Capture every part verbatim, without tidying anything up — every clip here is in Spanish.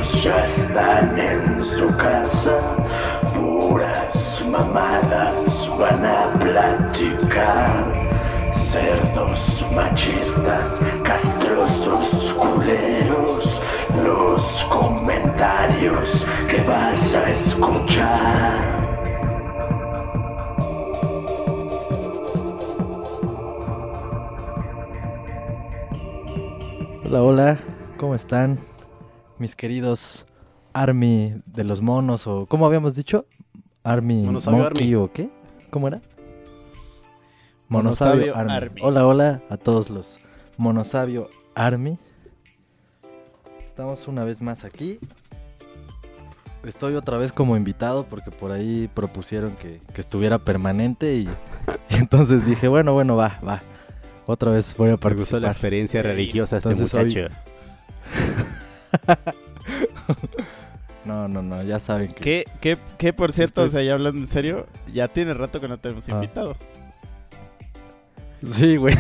Ellos ya están en su casa, puras mamadas van a platicar. Cerdos machistas, castrosos culeros, los comentarios que vas a escuchar. Hola, hola, ¿cómo están mis queridos Army de los monos o cómo habíamos dicho? Army Monosabio Monkey Army. o qué? ¿Cómo era? Monosabio Monosabio Army. Army. Hola, hola a todos los Monosabio Army. Estamos una vez más aquí. Estoy otra vez como invitado porque por ahí propusieron que, que estuviera permanente y, y entonces dije, bueno, bueno, va, va. Otra vez voy a Me gustó participar. la experiencia religiosa este Entonces, muchacho. No, no, no, ya saben que... Que, que, que por cierto, Estoy- o sea, ya hablando en serio, ya tiene rato que no te hemos Ah. invitado. Sí, güey.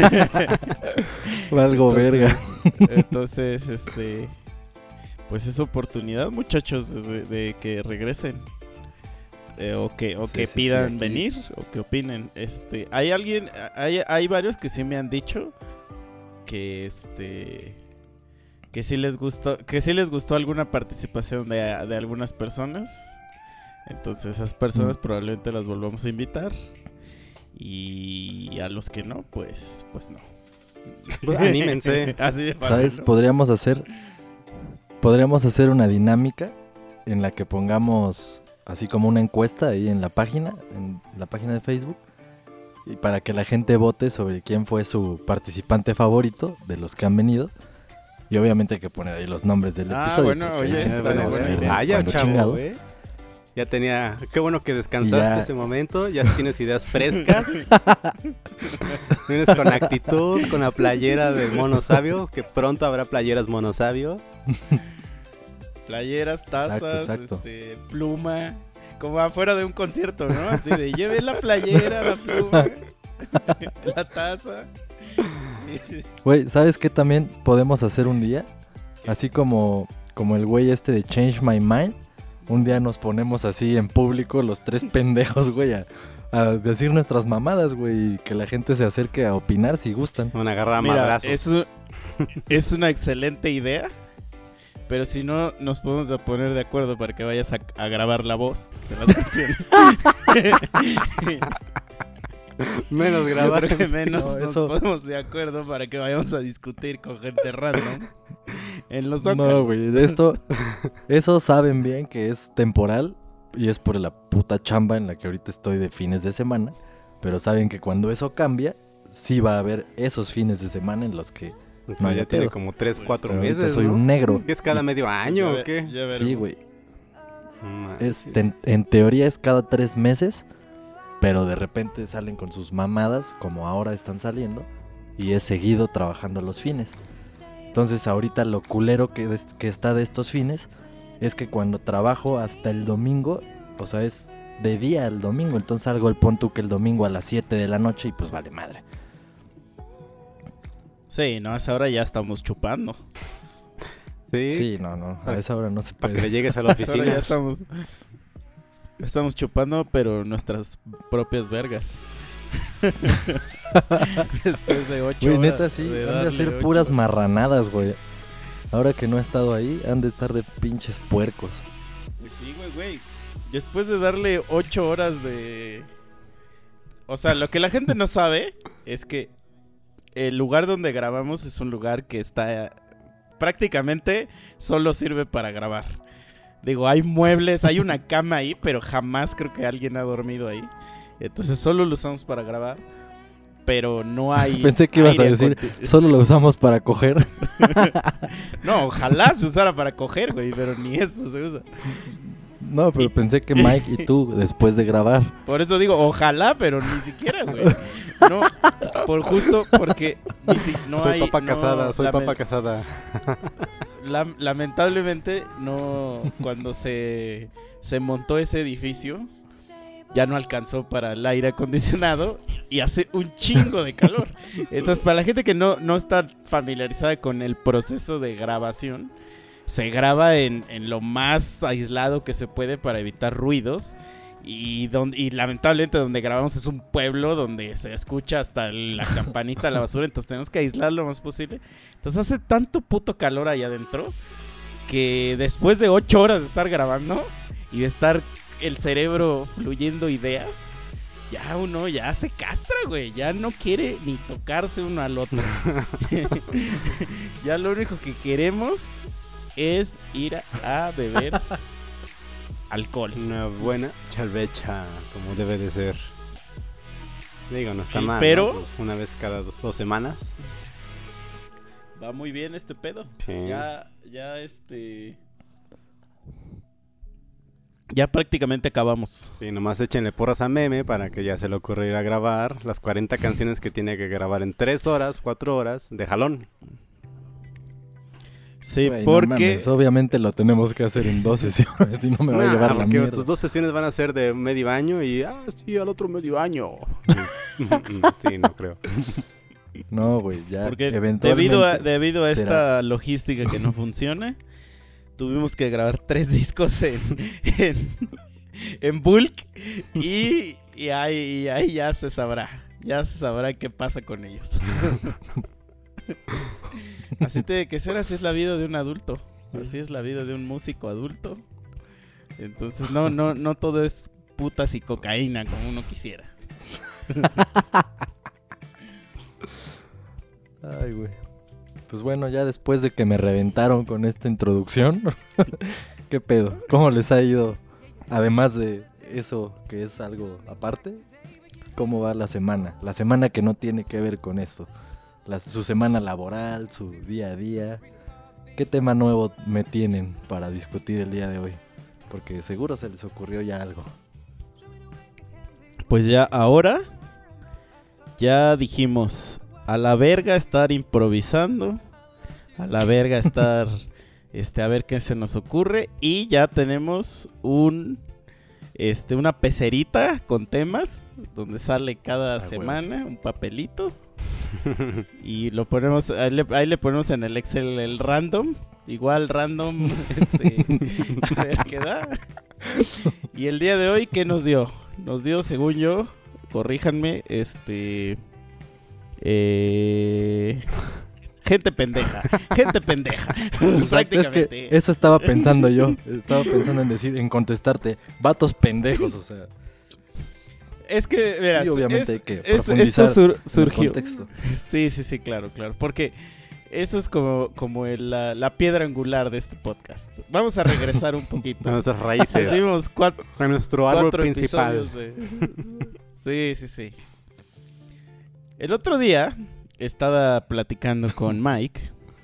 Valgo Entonces- verga. Entonces, este, pues es oportunidad, muchachos, de, de que regresen. Eh, o que, o Sí, que sí, sí, pidan aquí. venir, o que opinen. Este, hay alguien, hay, hay varios que sí me han dicho que este que sí les gustó, que sí les gustó alguna participación de, de algunas personas. Entonces esas personas Mm. probablemente las volvamos a invitar. Y a los que no, pues, pues no. Pues, anímense. Así de fácil, ¿Sabes? ¿no? Podríamos hacer... Podríamos hacer una dinámica en la que pongamos así como una encuesta ahí en la página, en la página de Facebook, y para que la gente vote sobre quién fue su participante favorito de los que han venido. Y obviamente hay que poner ahí los nombres del Ah, episodio. bueno, porque oye, ahí está vamos a buena ver idea. Vaya, cuando chavo, chingados. ¿eh? Ya tenía... Qué bueno que descansaste Ya. ese momento. Ya tienes ideas frescas. Vienes con actitud, con la playera del mono sabio. Que pronto habrá playeras mono sabio. Playeras, tazas, Exacto, exacto. este, pluma, como afuera de un concierto, ¿no? Así de lleve la playera, la pluma, la taza. Güey, ¿sabes qué también podemos hacer un día? Así como, como el güey este de Change My Mind. Un día nos ponemos así en público los tres pendejos, güey, a, a decir nuestras mamadas, güey, y que la gente se acerque a opinar si gustan. Van a agarrar a Mira, madrazos. es, un- es una excelente idea, pero si no, nos podemos a poner de acuerdo para que vayas a, a grabar la voz de las canciones. Menos Yo grabar. creo que menos No, nos eso- ponemos de acuerdo para que vayamos a discutir con gente random en los No, zócalos. güey, de esto, eso saben bien que es temporal y es por la puta chamba en la que ahorita estoy de fines de semana, pero saben que cuando eso cambia, sí va a haber esos fines de semana en los que Pues No, ya ya tiene pedo. como tres, cuatro ahorita meses, soy ¿no? un negro. ¿Qué es cada medio año Ya o qué? ve- ya veremos. Sí, güey. No manches. Es, en, en teoría es cada tres meses, pero de repente salen con sus mamadas, como ahora están saliendo, y he seguido trabajando los fines. Entonces ahorita lo culero que, des- que está de estos fines es que cuando trabajo hasta el domingo, o sea, es de día al domingo, entonces salgo el pon tú que el domingo a las siete de la noche y pues vale madre. Sí, no, a esa hora ya estamos chupando. Sí, Sí, no, no, a Para- esa hora no se para que le puede. llegues a la A esa hora ya oficina. estamos, estamos chupando, pero nuestras propias vergas. Después de ocho Güey, horas neta sí, de han de darle hacer ocho puras horas. marranadas, güey. Ahora que no he estado ahí, han de estar de pinches puercos. Sí, güey, güey. Después de darle ocho horas de... O sea, lo que la gente no sabe es que el lugar donde grabamos es un lugar que está... Prácticamente solo sirve para grabar. Digo, hay muebles, hay una cama ahí, pero jamás creo que alguien ha dormido ahí. Entonces solo lo usamos para grabar. Pero no hay... Pensé que ibas a aire decir, conti- solo lo usamos para coger. No, ojalá se usara para coger, güey, pero ni eso se usa. No, pero pensé que Mike y tú, después de grabar. Por eso digo, ojalá, pero ni siquiera, güey. No, por justo porque ni si- no soy hay... papa no, casada, soy lame- papa casada. lam- lamentablemente, no... Cuando se, se montó ese edificio, ya no alcanzó para el aire acondicionado y hace un chingo de calor. Entonces, para la gente que no, no está familiarizada con el proceso de grabación, se graba en, en lo más aislado que se puede para evitar ruidos. Y, donde, y lamentablemente donde grabamos es un pueblo donde se escucha hasta la campanita de la basura. Entonces tenemos que aislar lo más posible. Entonces hace tanto puto calor allá adentro que después de ocho horas de estar grabando y de estar el cerebro fluyendo ideas, ya uno ya se castra, güey. Ya no quiere ni tocarse uno al otro. Ya lo único que queremos es ir a, a beber alcohol. Una buena chalvecha, como debe de ser. Digo, no está Sí, mal, pero- ¿no? Pues una vez cada do- dos semanas. Va muy bien este pedo. Sí. Ya, ya este... Ya prácticamente acabamos. Sí, nomás échenle porras a Meme para que ya se le ocurra ir a grabar las cuarenta canciones que tiene que grabar en tres horas, cuatro horas de jalón. Sí, Güey, no porque... mames, obviamente lo tenemos que hacer en dos sesiones y no me va a Nah, llevar la porque mierda. tus dos sesiones van a ser de medio año y, ah, sí, al otro medio año. Sí, no creo. No, güey, ya Porque eventualmente debido a, debido a será. esta logística que no funciona, tuvimos que grabar tres discos en, en, en bulk y, y, ahí, y ahí ya se sabrá, ya se sabrá qué pasa con ellos. Así tiene que ser, así es la vida de un adulto, así es la vida de un músico adulto. Entonces no, no, no todo es putas y cocaína como uno quisiera. Ay, güey. Pues bueno, ya después de que me reventaron con esta introducción, ¿qué pedo? ¿Cómo les ha ido? Además de eso, que es algo aparte, ¿cómo va la semana? La semana que no tiene que ver con eso. La- su semana laboral, su día a día. ¿Qué tema nuevo me tienen para discutir el día de hoy? Porque seguro se les ocurrió ya algo. Pues ya ahora, ya dijimos, a la verga estar improvisando, a la verga estar, este, a ver qué se nos ocurre, y ya tenemos un, este, una pecerita con temas, donde sale cada Ah, huevo. semana un papelito, y lo ponemos, ahí le, ahí le ponemos en el Excel el random, igual random, este, a ver qué da. Y el día de hoy, ¿qué nos dio? Nos dio, según yo, corríjanme, este... Eh... Gente pendeja, gente pendeja. Exacto, es que Prácticamente. eso estaba pensando yo. Estaba pensando en decir, en contestarte, vatos pendejos, o sea. Es que, verás, Y obviamente es- hay que es- profundizar esto sur- en el surgió. contexto. Sí, sí, sí, claro, claro. Porque eso es como, como el- la, la piedra angular de este podcast. Vamos a regresar un poquito. Nuestras raíces. Hicimos cuatro, A nuestro árbol cuatro principal. episodios de... Sí, sí, sí. El otro día estaba platicando con Mike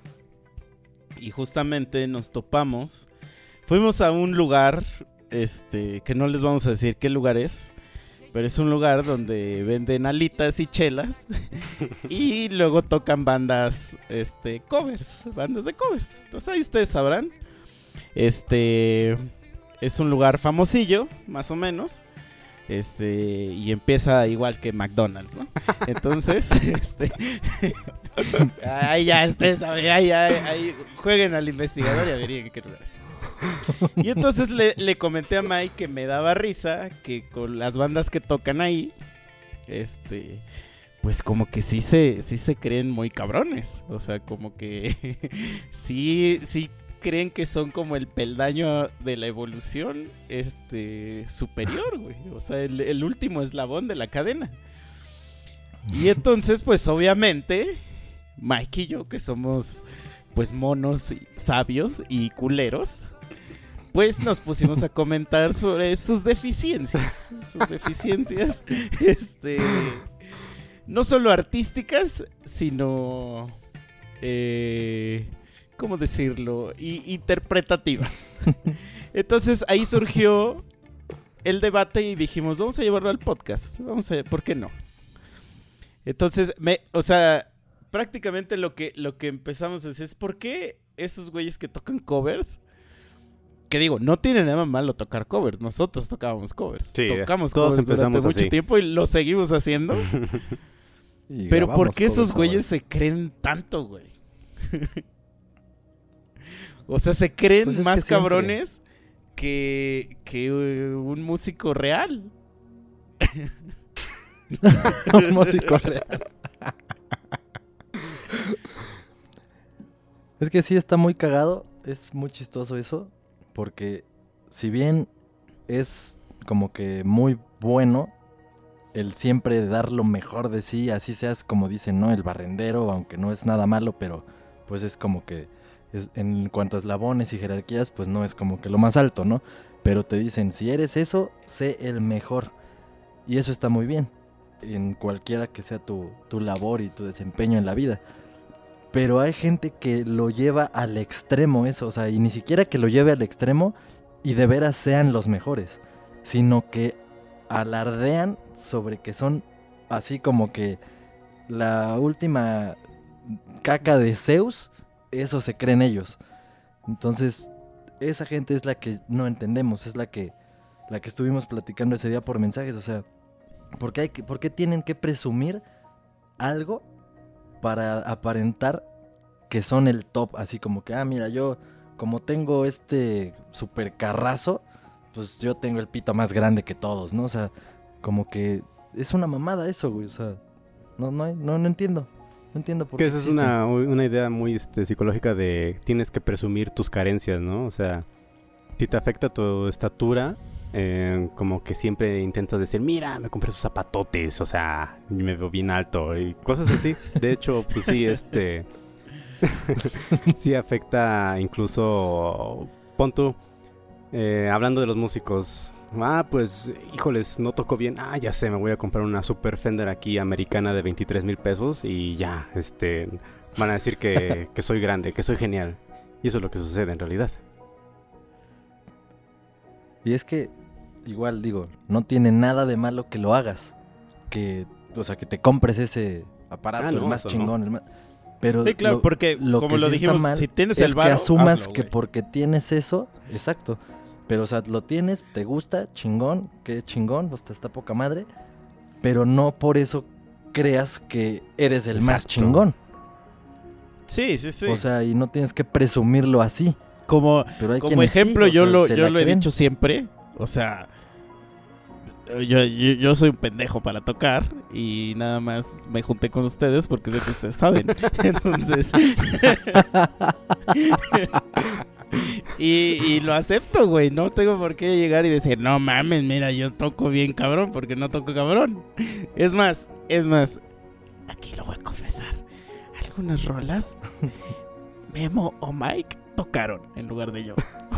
y justamente nos topamos. Fuimos a un lugar, este, que no les vamos a decir qué lugar es, pero es un lugar donde venden alitas y chelas y luego tocan bandas, este, covers, bandas de covers. Entonces ahí ustedes sabrán. Este, es un lugar famosillo, más o menos. Este, y empieza igual que McDonald's, ¿no? Entonces, este, ahí ya, ustedes saben, ahí, ahí, ahí, jueguen al investigador y averigüen qué lugar es. Y entonces le, le comenté a Mike que me daba risa que con las bandas que tocan ahí, este, pues como que sí se, sí se creen muy cabrones. O sea, como que sí, sí creen que son como el peldaño de la evolución, este, superior, güey. O sea, el, el último eslabón de la cadena. Y entonces, pues obviamente, Mike y yo, que somos pues monos y- sabios y culeros, pues nos pusimos a comentar sobre sus deficiencias. Sus deficiencias, este, no solo artísticas, sino, eh, ¿cómo decirlo? I- interpretativas. Entonces ahí surgió el debate y dijimos, vamos a llevarlo al podcast. Vamos a, ¿por qué no? Entonces, me, o sea, prácticamente lo que, lo que empezamos a decir es, ¿por qué esos güeyes que tocan covers? Que digo, no tiene nada malo tocar covers. Nosotros tocábamos covers. Sí, Tocamos todos covers durante empezamos mucho así. tiempo y lo seguimos haciendo. Y Pero grabamos ¿por qué esos covers güeyes ahora. se creen tanto, güey? O sea, se creen Pues es más que siempre. cabrones que, que uh, un músico real. Un músico real. Es que sí está muy cagado, es muy chistoso eso, porque si bien es como que muy bueno el siempre dar lo mejor de sí, así seas como dicen, ¿no? El barrendero, aunque no es nada malo, pero pues es como que es- en cuanto a eslabones y jerarquías, pues no es como que lo más alto, ¿no? Pero te dicen, si eres eso, sé el mejor. Y eso está muy bien, en cualquiera que sea tu, tu labor y tu desempeño en la vida. Pero hay gente que lo lleva al extremo eso, o sea, y ni siquiera que lo lleve al extremo y de veras sean los mejores, sino que alardean sobre que son así como que la última caca de Zeus, eso se creen ellos. Entonces, esa gente es la que no entendemos, es la que, la que estuvimos platicando ese día por mensajes, o sea, ¿por qué, hay que, ¿por qué tienen que presumir algo para aparentar que son el top? Así como que, ah, mira, yo como tengo este super carrazo, pues yo tengo el pito más grande que todos, ¿no? O sea, como que es una mamada eso, güey, o sea, no, no, hay- no, no entiendo, no entiendo por Que qué esa es existen. una, una idea muy este, psicológica de tienes que presumir tus carencias, ¿no? O sea, si te afecta tu estatura, eh, como que siempre intentas decir, mira, me compré esos zapatotes, o sea, me veo bien alto y cosas así. De hecho, pues sí, este... sí afecta incluso, pon tú, eh, hablando de los músicos, ah, pues, híjoles, no tocó bien, ah, ya sé, me voy a comprar una Super Fender aquí americana de veintitrés mil pesos y ya, este, van a decir que, que soy grande, que soy genial. Y eso es lo que sucede en realidad. Y es que, igual digo, no tiene nada de malo que lo hagas, que, o sea, que te compres ese aparato, Ah, no, el más eso chingón, el más... Pero Sí, claro, lo- porque lo como que lo sí está dijimos, mal si tienes es el que varo, asumas hazlo, que güey. porque tienes eso, exacto, pero o sea, lo tienes, te gusta, chingón, qué chingón, pues te está poca madre, pero no por eso creas que eres el más Exacto. chingón, Sí, sí, sí. o sea, y no tienes que presumirlo así, como pero hay como quienes sí, ejemplo, o yo sea, lo, se yo la lo he creen. dicho siempre. O sea, yo, yo, yo soy un pendejo para tocar y nada más me junté con ustedes porque sé que ustedes saben. Entonces... y, y lo acepto, güey. No tengo por qué llegar y decir, no mames, mira, yo toco bien cabrón porque no toco cabrón. Es más, es más, aquí lo voy a confesar. Algunas rolas, Memo o Mike tocaron en lugar de yo.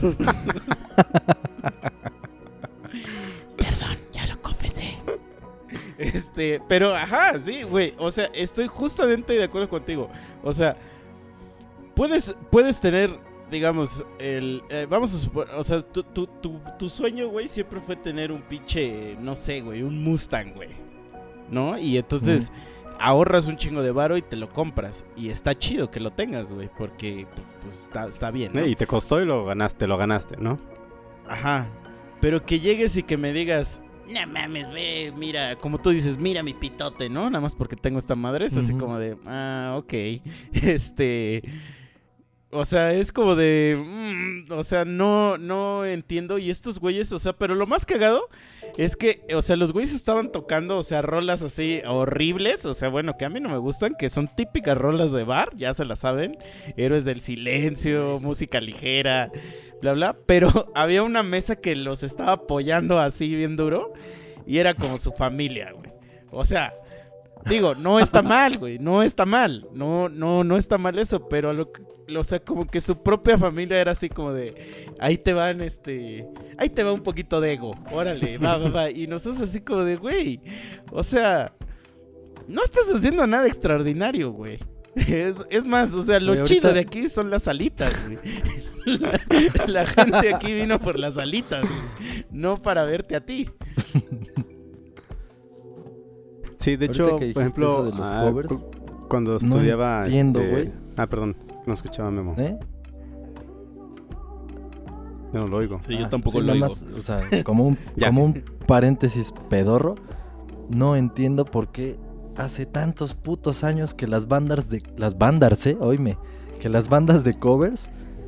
Perdón, ya lo confesé. Este, pero ajá, sí, güey. O sea, estoy justamente de acuerdo contigo. O sea, puedes, puedes tener, digamos, el. eh, vamos a suponer. O sea, tu, tu, tu, tu sueño, güey, siempre fue tener un pinche, no sé, güey, un Mustang, güey. ¿No? Y entonces. Ujú. Ahorras un chingo de varo y te lo compras. Y está chido que lo tengas, güey. Porque, pues, pues, está, está bien, ¿no? Eh, y te costó y lo ganaste, lo ganaste, ¿no? Ajá. Pero que llegues y que me digas, no mames, ve, mira, como tú dices, mira mi pitote, ¿no? Nada más porque tengo esta madre. Es así Ujú. como de, ah, ok. Este. O sea, es como de. mm, o sea, no, no entiendo. Y estos güeyes, o sea, pero lo más cagado es que, o sea, los güeyes estaban tocando, o sea, rolas así horribles. O sea, bueno, que a mí no me gustan, que son típicas rolas de bar, ya se las saben. Héroes del silencio, música ligera, bla, bla. Pero había una mesa que los estaba apoyando así bien duro. Y era como su familia, güey. O sea. Digo, no está mal, güey, no está mal, no, no, no está mal eso, pero lo, que- o sea, como que su propia familia era así como de, ahí te van, este, ahí te va un poquito de ego, órale, va, va, va, y nosotros así como de, güey, o sea, no estás haciendo nada extraordinario, güey. Es, es más, o sea, lo Güey, chido ahorita- de aquí son las alitas, güey. La, la gente aquí vino por las alitas, güey, no para verte a ti. Sí, de Ahorita hecho, que por dijiste ejemplo, eso de los ah, covers, cu- cuando no estudiaba... entiendo, este- güey. Ah, perdón, no escuchaba Memo. ¿eh? No lo oigo. Sí, yo Ah, tampoco sí, lo nada digo. más, o sea, como un, Ya. como un paréntesis pedorro, no entiendo por qué hace tantos putos años que las bandas de... Las bandas, ¿eh? Oíme. Que las bandas de covers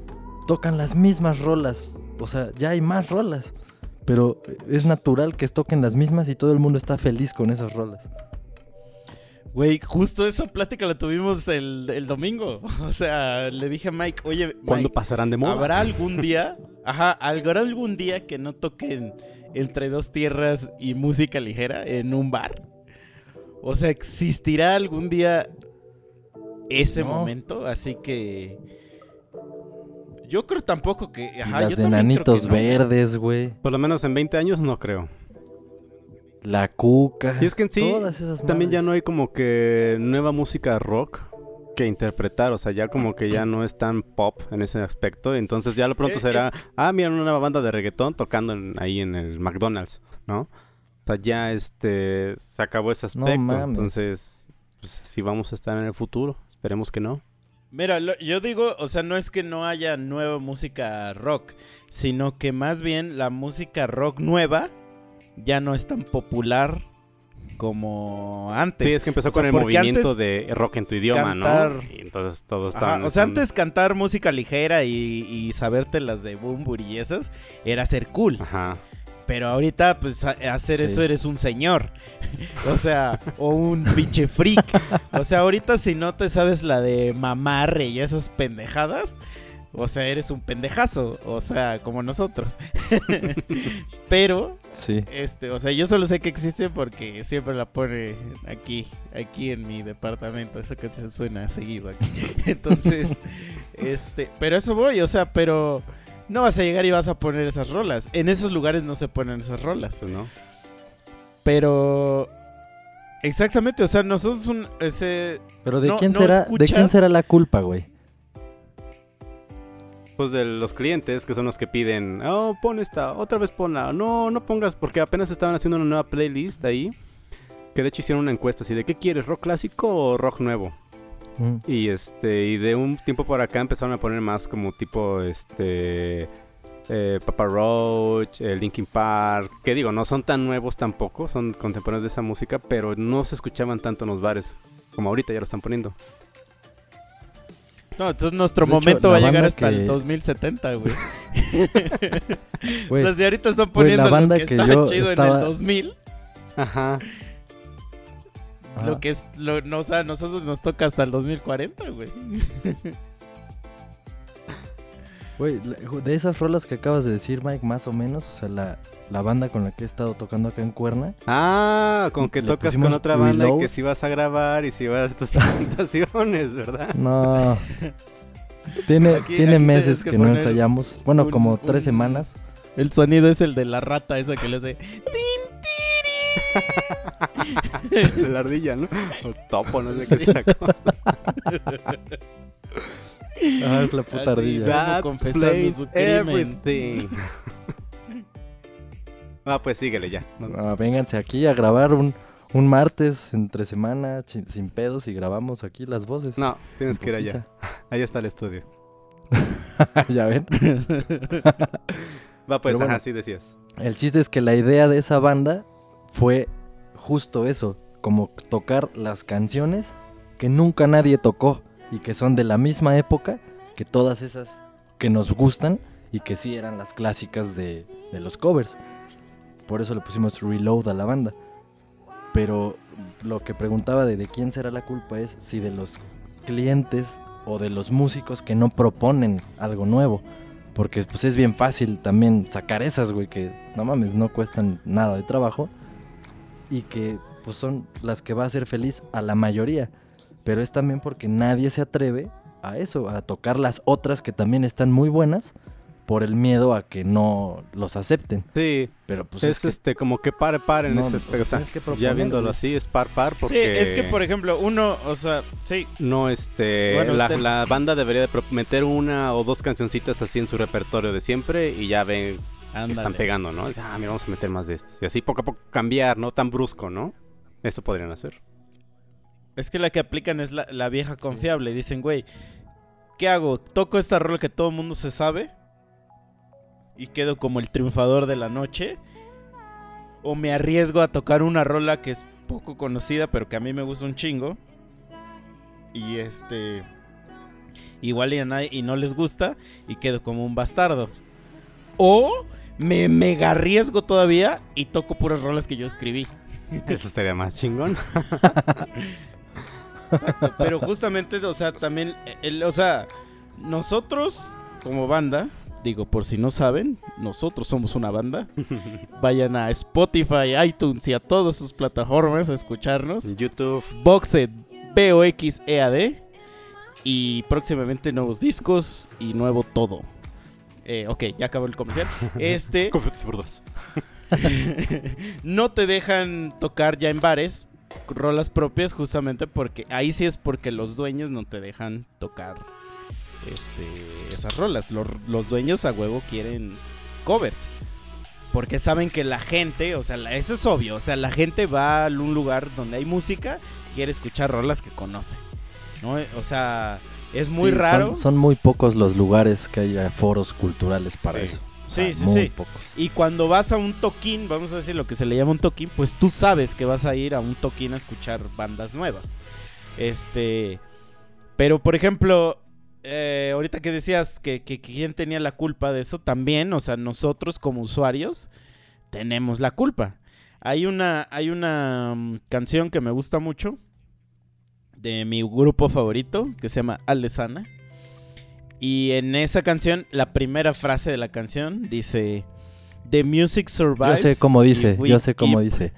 tocan las mismas rolas. O sea, ya hay más rolas. Pero es natural que toquen las mismas y todo el mundo está feliz con esas rolas. Güey, justo esa plática la tuvimos el, el domingo. O sea, le dije a Mike, oye, Mike, ¿cuándo pasarán de moda? ¿habrá algún día? Ajá, ¿habrá algún día que no toquen Entre Dos Tierras y música ligera en un bar? O sea, ¿existirá algún día ese No. momento? Así que yo creo tampoco que... Y Ajá, las yo de también creo Nanitos que no. Verdes, güey. Por lo menos en veinte años no creo. La Cuca. Y es que en sí, todas esas también ya madres. no hay como que nueva música rock que interpretar, o sea, ya como que ya no es tan pop en ese aspecto, entonces ya lo pronto Es- será, es- ah, mira, una nueva banda de reggaetón tocando en- ahí en el McDonald's, ¿no? O sea, ya este, se acabó ese No aspecto, mames. entonces, pues así vamos a estar en el futuro, esperemos que no. Mira, lo- yo digo, o sea, no es que no haya nueva música rock, sino que más bien la música rock nueva ya no es tan popular como antes. Sí, es que empezó O sea, con el porque movimiento antes de rock en tu idioma, cantar- ¿no? Y entonces todos Ajá, estaban... o sea, antes cantar música ligera y, y saberte las de Bumburi y esas era ser cool. Ajá. Pero ahorita, pues, a- hacer Sí. eso eres un señor. O sea, o un pinche freak. O sea, ahorita si no te sabes la de mamarre y esas pendejadas, o sea, eres un pendejazo. O sea, como nosotros. Pero, Sí. este, o sea, yo solo sé que existe porque siempre la pone aquí, aquí en mi departamento. Eso que se suena seguido aquí. Entonces, este, pero eso voy, o sea, pero... No vas a llegar y vas a poner esas rolas. En esos lugares no se ponen esas rolas. Pues, ¿no? Pero... Exactamente, o sea, nosotros un... Ese... Pero ¿de No- quién no será, ¿de escuchas- quién será la culpa, güey? Pues de los clientes que son los que piden, oh, pon esta, otra vez ponla, no, no pongas, porque apenas estaban haciendo una nueva playlist ahí, que de hecho hicieron una encuesta así de, ¿qué quieres, rock clásico o rock nuevo? Mm. Y este, y de un tiempo por acá empezaron a poner más como tipo, este, eh, Papa Roach, eh, Linkin Park, que digo, no son tan nuevos tampoco, son contemporáneos de esa música, pero no se escuchaban tanto en los bares, como ahorita ya lo están poniendo. No, entonces nuestro De hecho, momento la va a llegar banda hasta que- el dos mil setenta, güey. Güey, O sea, si ahorita están güey, la poniendo banda lo que, que estaba yo chido en estaba- el dos mil, Ajá. ajá. lo que es... Lo, no, o sea, a nosotros nos toca hasta el dos mil cuarenta, güey. Güey, la- de esas rolas que acabas de decir, Mike, más o menos, o sea, la, la banda con la que he estado tocando acá en Cuerna, Ah, con que Le tocas pusimos con otra banda y Reload. que si vas a grabar y si vas a tus presentaciones, ¿verdad? no... Tiene, Aquí- tiene aquí meses tienes que, que no poner ensayamos, bueno, un- como tres un- semanas. El sonido es el de la rata esa que le hace... La ardilla, ¿no? O topo, no sé qué es esa cosa. Ah, es la puta Así, ardilla. va. That confesando explains su crimen. everything. Ah, pues síguele ya. No- Ah, vénganse aquí a grabar un, un martes entre semana, chi- sin pedos, y grabamos aquí las voces. No, tienes En que ir allá. Allá está el estudio. putiza. Ya ven. Va, pues, Pero bueno. ajá, sí decías. El chiste es que la idea de esa banda fue justo eso, como tocar las canciones que nunca nadie tocó y que son de la misma época que todas esas que nos gustan y que sí eran las clásicas de, de los covers. Por eso le pusimos Reload a la banda. Pero lo que preguntaba de, de quién será la culpa es si de los clientes o de los músicos que no proponen algo nuevo. Porque pues es bien fácil también sacar esas, güey, que no mames, no cuestan nada de trabajo. Y que pues son las que va a hacer feliz a la mayoría. Pero es también porque nadie se atreve a eso, a tocar las otras que también están muy buenas, por el miedo a que no los acepten. Sí, Pero pues es, es, que este como que par par en No, ese o sea, aspecto. O sea, tienes que ya proponer, viéndolo güey. así, es par par porque... Sí, es que por ejemplo, uno, o sea, sí, No, este, Bueno, la, te- la banda debería de pro- meter una o dos cancioncitas así en su repertorio de siempre y ya ven que ándale. están pegando, ¿no? Dice, ah, mira, vamos a meter más de estos. Y así poco a poco cambiar, no tan brusco, ¿no? Eso podrían hacer. Es que la que aplican es la, la vieja confiable. Dicen, güey, ¿qué hago? ¿Toco esta rola que todo el mundo se sabe? ¿Y quedo como el triunfador de la noche? ¿O me arriesgo a tocar una rola que es poco conocida, pero que a mí me gusta un chingo? Y este... igual y, a nadie, y no les gusta y quedo como un bastardo. O me mega arriesgo todavía y toco puras rolas que yo escribí. Eso estaría más chingón. Exacto, pero justamente, o sea, también, el, o sea, nosotros como banda, digo, por si no saben, nosotros somos una banda. Vayan a Spotify, iTunes y a todas sus plataformas a escucharnos. YouTube. Boxed, B O X E A D. Y próximamente nuevos discos y nuevo todo. Eh, ok, ya acabó el comercial. Este... Confetes por dos. No te dejan tocar ya en bares rolas propias, justamente porque ahí sí es porque los dueños no te dejan tocar este, esas rolas. Los, los dueños a huevo quieren covers, porque saben que la gente, o sea, la, eso es obvio, o sea, la gente va a un lugar donde hay música, quiere escuchar rolas que conoce, ¿no? O sea, es muy Sí, raro. Son, son muy pocos los lugares que haya foros culturales para Sí. eso. O Sí, sea, sí, muy sí. pocos. Y cuando vas a un toquín, vamos a decir lo que se le llama un toquín, pues tú sabes que vas a ir a un toquín a escuchar bandas nuevas. Este, pero por ejemplo, eh, ahorita que decías que, que, que quién tenía la culpa de eso, también, o sea, nosotros como usuarios tenemos la culpa. Hay una, hay una um, canción que me gusta mucho de mi grupo favorito que se llama Alesana. Y en esa canción, la primera frase de la canción dice: The music survives. Yo sé cómo dice, we yo sé cómo keep-" dice.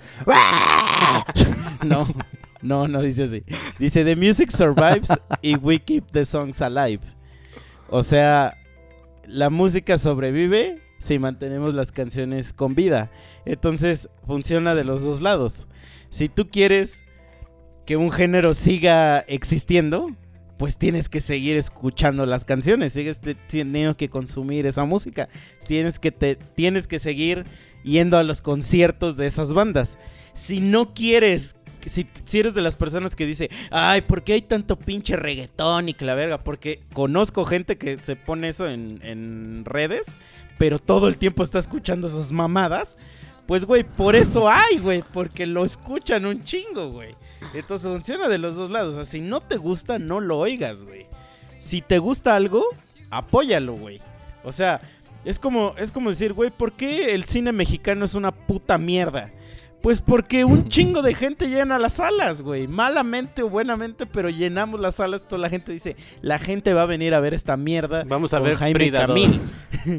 No, no, no dice así. Dice: The music survives y we keep the songs alive. O sea, la música sobrevive si mantenemos las canciones con vida. Entonces, funciona de los dos lados. Si tú quieres que un género siga existiendo, pues tienes que seguir escuchando las canciones, sigues te, teniendo que consumir esa música, tienes que, te, tienes que seguir yendo a los conciertos de esas bandas. Si no quieres, si, si eres de las personas que dice, ay, ¿por qué hay tanto pinche reggaetón y que la verga? Porque conozco gente que se pone eso en, en redes, pero todo el tiempo está escuchando esas mamadas. Pues, güey, por eso hay, güey, porque lo escuchan un chingo, güey. Entonces funciona de los dos lados. O sea, si no te gusta, no lo oigas, güey. Si te gusta algo, apóyalo, güey. O sea, es como, es como decir, güey, ¿por qué el cine mexicano es una puta mierda? Pues porque un chingo de gente llena las salas, güey. Malamente o buenamente, pero llenamos las salas. Toda la gente dice, la gente va a venir a ver esta mierda. Vamos a con ver Jaime Frida Camil. dos.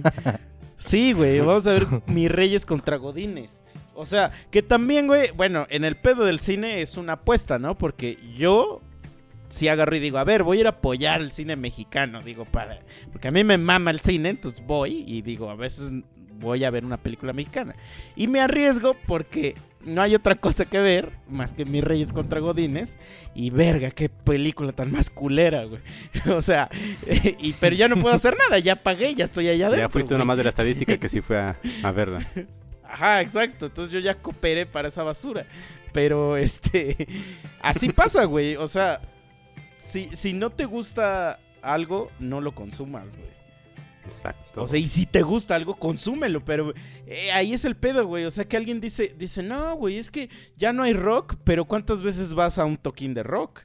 Sí, güey, vamos a ver Mis Reyes contra Godines. O sea, que también, güey, bueno, en el pedo del cine es una apuesta, ¿no? Porque yo sí agarro y digo, a ver, voy a ir a apoyar el cine mexicano, digo, para... Porque a mí me mama el cine, entonces voy y digo, a veces voy a ver una película mexicana. Y me arriesgo porque no hay otra cosa que ver más que Mis Reyes contra Godines. Y verga, qué película tan más culera, güey. O sea, y, pero ya no puedo hacer nada, ya pagué, ya estoy allá adentro. Ya fuiste güey. una más de la estadística que sí fue a, a verla. Ajá, exacto. Entonces yo ya cooperé para esa basura. Pero, este... así pasa, güey. O sea, si, si no te gusta algo, no lo consumas, güey. Exacto. O sea, y si te gusta algo, consúmelo. Pero eh, ahí es el pedo, güey. O sea, que alguien dice, dice, no, güey, es que ya no hay rock. Pero ¿cuántas veces vas a un toquín de rock?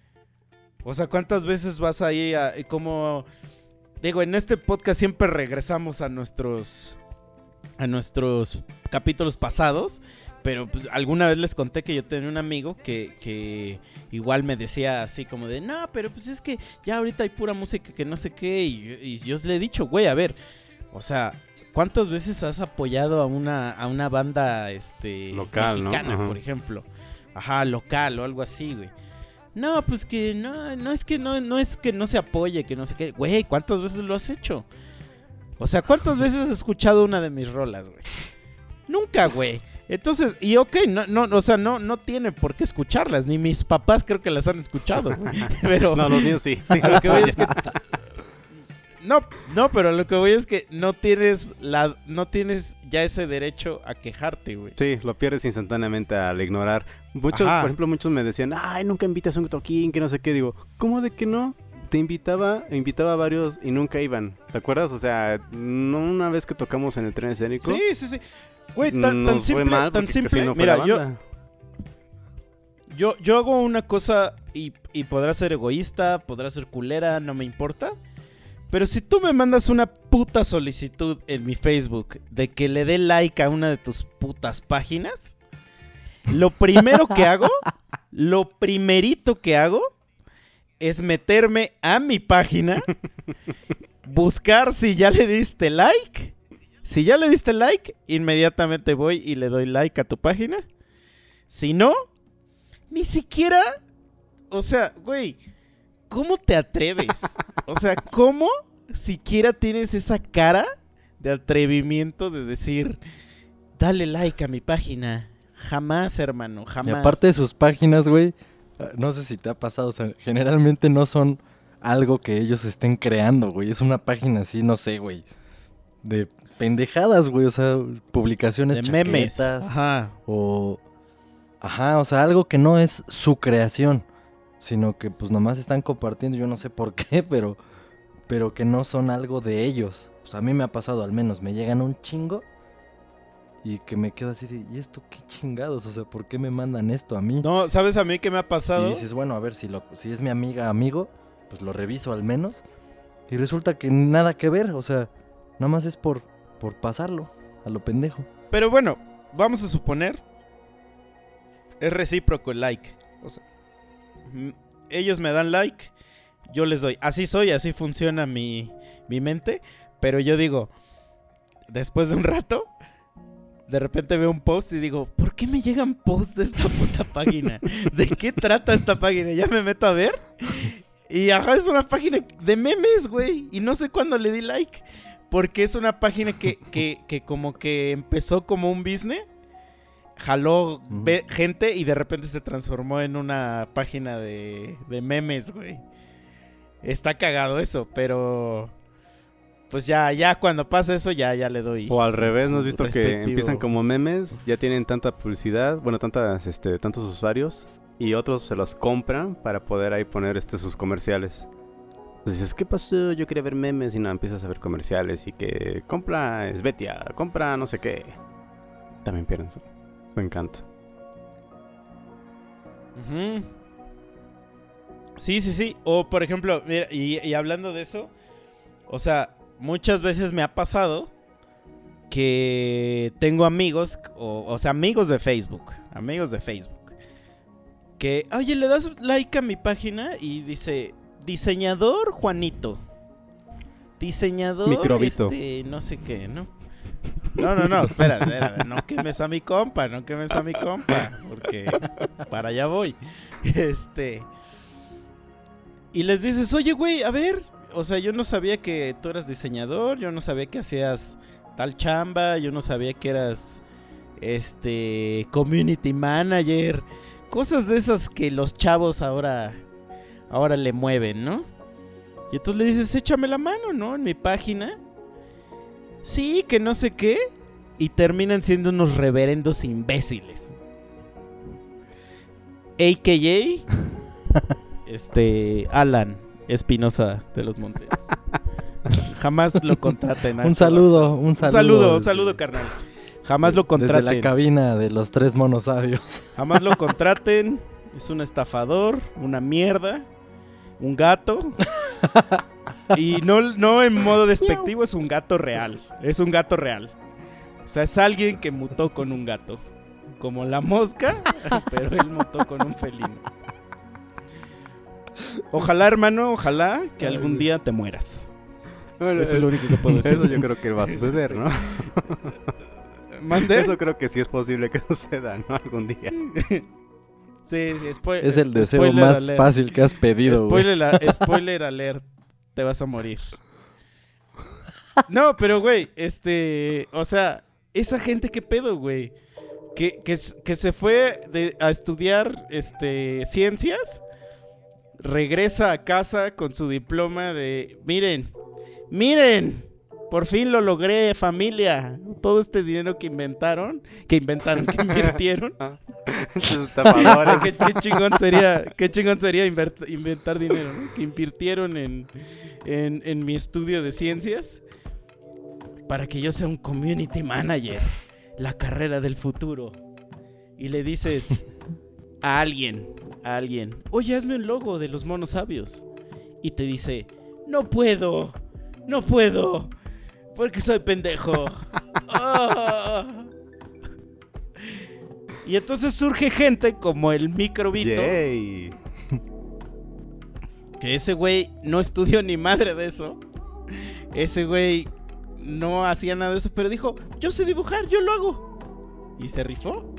O sea, ¿cuántas veces vas ahí a... como... Digo, en este podcast siempre regresamos a nuestros... a nuestros capítulos pasados, pero pues alguna vez les conté que yo tenía un amigo que, que igual me decía así como de, no, pero pues es que ya ahorita hay pura música que no sé qué, y yo, y yo le he dicho, güey, a ver, o sea, ¿cuántas veces has apoyado a una, a una banda este, Local, mexicana, ¿no? por ejemplo? Ajá, local o algo así, güey. No, pues que no, no es que no, no es que no se apoye, que no sé qué, güey, ¿cuántas veces lo has hecho? O sea, ¿cuántas veces has escuchado una de mis rolas, güey? Nunca, güey. Entonces, y ok, no, no, o sea, no, no tiene por qué escucharlas. Ni mis papás creo que las han escuchado, güey. Pero No, los míos sí. sí. a lo que voy es que... No, no, pero a lo que voy es que no tienes la, no tienes ya ese derecho a quejarte, güey. Sí, lo pierdes instantáneamente al ignorar. Muchos, Ajá. por ejemplo, muchos me decían, ay, nunca invitas a un toquín, que no sé qué. Digo, ¿cómo de que no? Te invitaba, invitaba a varios y nunca iban. ¿Te acuerdas? O sea, no una vez que tocamos en el tren escénico. Sí, sí, sí. Güey, tan, tan nos fue simple, mal tan porque simple. casi no fue Mira, la yo... banda. yo, yo hago una cosa y, y podrá ser egoísta, podrá ser culera, no me importa. Pero si tú me mandas una puta solicitud en mi Facebook de que le dé like a una de tus putas páginas, lo primero que hago, lo primerito que hago es meterme a mi página, buscar si ya le diste like. Si ya le diste like, inmediatamente voy y le doy like a tu página. Si no, ni siquiera, o sea, güey, ¿cómo te atreves? O sea, ¿cómo siquiera tienes esa cara de atrevimiento de decir, dale like a mi página? Jamás, hermano, jamás. Y aparte de sus páginas, güey, no sé si te ha pasado, o sea, generalmente no son algo que ellos estén creando, güey. Es una página así, no sé, güey, de pendejadas, güey, o sea, publicaciones de chaquetas, memes. Ajá. O... Ajá, o sea, algo que no es su creación, sino que pues nomás están compartiendo, yo no sé por qué, pero, pero que no son algo de ellos. Pues a mí me ha pasado, al menos, me llegan un chingo y que me quedo así de, ¿y esto qué chingados? O sea, ¿por qué me mandan esto a mí? No, ¿sabes a mí qué me ha pasado? Y dices, bueno, a ver, si, lo, si es mi amiga, amigo, pues lo reviso al menos. Y resulta que nada que ver, o sea, nada más es por, por pasarlo a lo pendejo. Pero bueno, vamos a suponer, es recíproco el like. O sea, m- ellos me dan like, yo les doy. Así soy, así funciona mi, mi mente. Pero yo digo, después de un rato, de repente veo un post y digo, ¿por qué me llegan posts de esta puta página? ¿De qué trata esta página? Ya me meto a ver. Y ajá, es una página de memes, güey. Y no sé cuándo le di like. Porque es una página que, que, que como que empezó como un business. Jaló Ujú. ve- gente y de repente se transformó en una página de, de memes, güey. Está cagado eso, pero... Pues ya, ya cuando pasa eso, ya, ya le doy. O al su- revés, su ¿no has visto que respectivo- empiezan como memes? Ya tienen tanta publicidad, bueno, tantas, este, tantos usuarios, y otros se los compran para poder ahí poner este, sus comerciales. Entonces dices, ¿qué pasó? Yo quería ver memes y no, empiezas a ver comerciales y que compra Esbetia, compra no sé qué. También pierden su, su encanto. Ujú. Sí, sí, sí. O por ejemplo, mira, y, y hablando de eso, o sea, muchas veces me ha pasado que tengo amigos, o, o sea, amigos de Facebook, amigos de Facebook, que, oye, le das like a mi página y dice, diseñador Juanito, diseñador, Microbito. este, no sé qué, ¿no? No, no, no, espera, espera, no quemes a mi compa, no quemes a mi compa, porque para allá voy. Este... Y les dices, oye, güey, a ver, o sea, yo no sabía que tú eras diseñador, yo no sabía que hacías tal chamba, yo no sabía que eras, este, community manager, cosas de esas que los chavos ahora, ahora le mueven, ¿no? Y entonces le dices, échame la mano, ¿no? En mi página. Sí, que no sé qué. Y terminan siendo unos reverendos imbéciles. A K A Este, Alan Espinosa de los Monteros. Jamás lo contraten. a Un eso saludo, basta. un saludo. Un saludo, un desde- saludo, carnal. Jamás lo Desde contraten. la cabina de los tres monos sabios. Jamás lo contraten. Es un estafador, una mierda, un gato. Y no, no en modo despectivo, es un gato real. Es un gato real. O sea, es alguien que mutó con un gato. Como la mosca, pero él mutó con un felino. Ojalá, hermano, ojalá que algún día te mueras. Bueno, Eso es lo único que puedo decir. Eso yo creo que va a suceder, ¿no? ¿Mande? Eso creo que sí es posible que suceda, ¿no? Algún día. Sí, sí, spo- Es el deseo spoiler más alert. fácil que has pedido, güey. Spoiler, a- spoiler alert, te vas a morir. No, pero güey, este, o sea, esa gente qué pedo, güey, que, que, s- que se fue de- a estudiar, este, ciencias, regresa a casa con su diploma de, miren, miren, por fin lo logré, familia, todo este dinero que inventaron, que inventaron, que invirtieron. Esos estafadores. ¿Qué, qué chingón sería, qué chingón sería invert- inventar dinero, ¿no? Que invirtieron en, en, en mi estudio de ciencias para que yo sea un community manager, la carrera del futuro. Y le dices, a alguien, a alguien, oye, hazme un logo de los monos sabios. Y te dice, no puedo, no puedo, porque soy pendejo. Oh. Y entonces surge gente como el Microbito. Yay. Que ese güey no estudió ni madre de eso. Ese güey no hacía nada de eso, pero dijo, yo sé dibujar, yo lo hago. Y se rifó.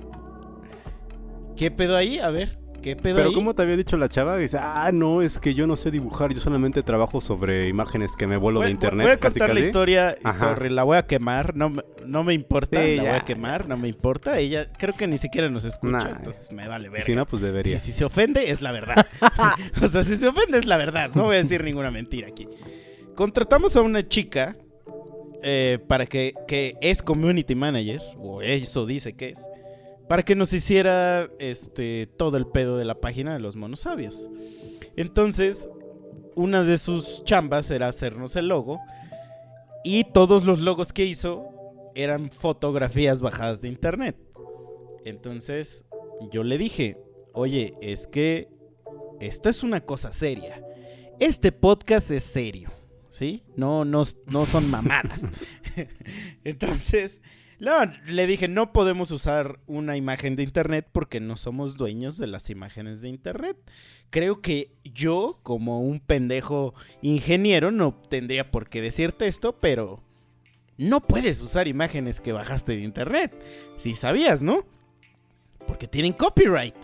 ¿Qué pedo ahí? A ver, ¿qué pedo Pero ahí? ¿cómo te había dicho la chava? Dice, ah, no, es que yo no sé dibujar, yo solamente trabajo sobre imágenes que me vuelo Voy, de internet. voy a casi, contar la casi. historia, Ajá. sorry, la voy a quemar, no, me- no me importa, Sí, la ya. voy a quemar, no me importa. Ella creo que ni siquiera nos escucha, Nah. entonces me vale ver. Si no, pues debería. Y si se ofende, es la verdad. O sea, si se ofende, es la verdad. No voy a decir ninguna mentira aquí. Contratamos a una chica eh, para que, que es community manager, o eso dice que es, para que nos hiciera este, todo el pedo de la página de los monos sabios. Entonces, una de sus chambas era hacernos el logo, y todos los logos que hizo eran fotografías bajadas de internet. Entonces, yo le dije, oye, es que esta es una cosa seria. Este podcast es serio, ¿sí? No, no, no son mamadas. Entonces, no, le dije, no podemos usar una imagen de internet porque no somos dueños de las imágenes de internet. Creo que yo, como un pendejo ingeniero, no tendría por qué decirte esto, pero no puedes usar imágenes que bajaste de internet. Si sabías, ¿no? Porque tienen copyright.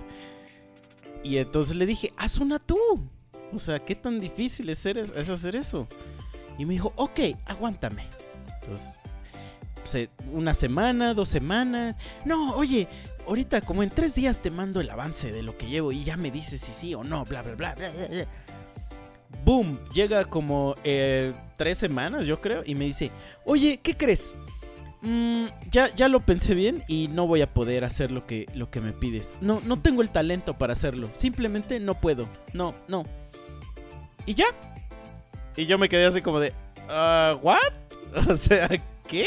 Y entonces le dije, haz una tú. O sea, ¿qué tan difícil es hacer, es hacer eso? Y me dijo, ok, aguántame. Entonces, se, una semana, dos semanas. No, oye, ahorita como en tres días te mando el avance de lo que llevo y ya me dices si sí o no, bla, bla, bla, bla, bla. Boom, llega como eh, tres semanas, yo creo, y me dice, oye, ¿qué crees? Mm, ya, ya lo pensé bien y no voy a poder hacer lo que, lo que me pides. No, no tengo el talento para hacerlo. Simplemente no puedo. No, no. ¿Y ya? Y yo me quedé así como de, uh, ¿what? O sea, ¿qué?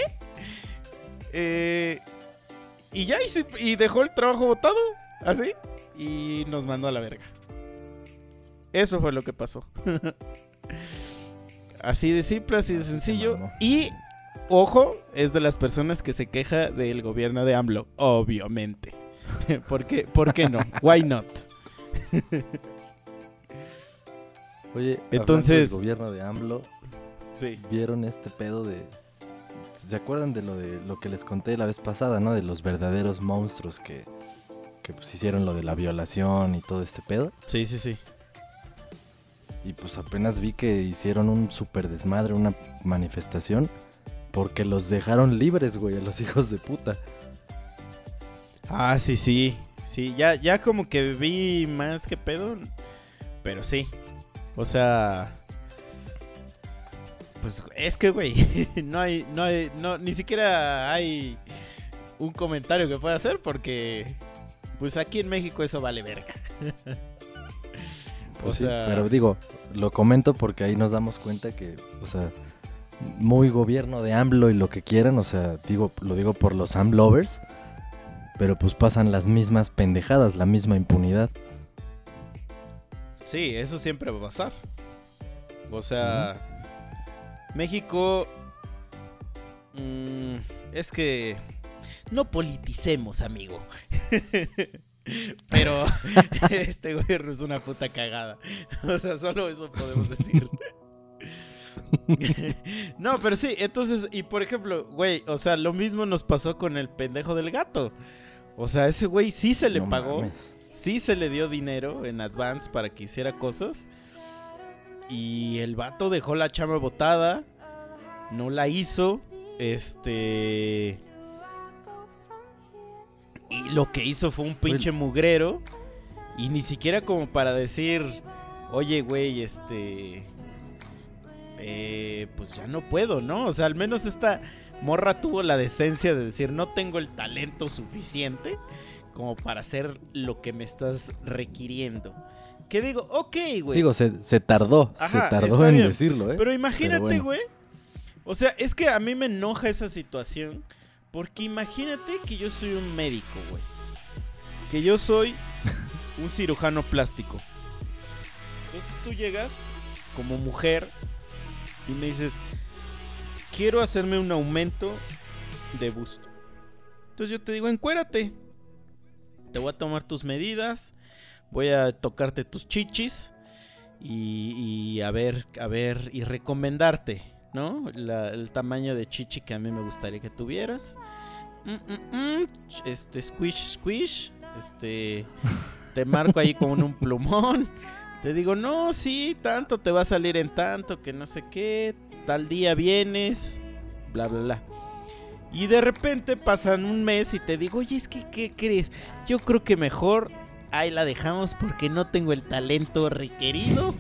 Eh, y ya, y, se- y dejó el trabajo botado, así, y nos mandó a la verga. Eso fue lo que pasó. Así de simple, así de sencillo. mamó. Y, ojo, es de las personas que se queja del gobierno de AMLO, obviamente. ¿Por qué, ¿Por qué no? Why not? Oye, Entonces- hablando del gobierno de AMLO, Sí. ¿vieron este pedo de... ¿Se acuerdan de lo de lo que les conté la vez pasada, no? De los verdaderos monstruos que, que pues hicieron lo de la violación y todo este pedo. Sí, sí, sí. Y pues apenas vi que hicieron un super desmadre, una manifestación, porque los dejaron libres, güey, a los hijos de puta. Ah, sí, sí. Sí, ya, ya como que vi más que pedo. Pero sí. O sea. Pues es que, güey. No hay. No hay. No, ni siquiera hay un comentario que pueda hacer. Porque. Pues aquí en México eso vale verga. Pues O sí, sea- pero digo, lo comento porque ahí nos damos cuenta que, o sea, muy gobierno de AMLO y lo que quieran, o sea, digo, lo digo por los AMLovers, pero pues pasan las mismas pendejadas, la misma impunidad. Sí, eso siempre va a pasar. O sea, México... mm, es que... No politicemos, amigo. Pero este güey es una puta cagada. O sea, solo eso podemos decir. No, pero sí, entonces, y por ejemplo, güey, o sea, lo mismo nos pasó con el pendejo del gato. O sea, ese güey sí se le No pagó. mames. Sí se le dio dinero en advance para que hiciera cosas. Y el vato dejó la chamba botada. No la hizo. Este... Y lo que hizo fue un pinche mugrero. Y ni siquiera como para decir... Oye, güey, este... Eh, pues ya no puedo, ¿no? O sea, al menos esta morra tuvo la decencia de decir... No tengo el talento suficiente como para hacer lo que me estás requiriendo. Que digo, ok, güey. Digo, se, se tardó, Ajá, se está tardó en bien. decirlo, ¿eh? Pero imagínate, bueno. güey. O sea, es que a mí me enoja esa situación. Porque imagínate que yo soy un médico, güey. Que yo soy un cirujano plástico. Entonces tú llegas como mujer y me dices, quiero hacerme un aumento de busto. Entonces yo te digo, encuérate. Te voy a tomar tus medidas, voy a tocarte tus chichis y, y a ver, a ver, y recomendarte, ¿no? La, el tamaño de chichi que a mí me gustaría que tuvieras. Mm, mm, mm, este, squish, squish. Este, te marco ahí con un plumón. Te digo, no, sí, tanto te va a salir en tanto, que no sé qué. Tal día vienes, bla, bla, bla. Y de repente pasan un mes y te digo, oye, es que, ¿qué crees? Yo creo que mejor ahí la dejamos porque no tengo el talento requerido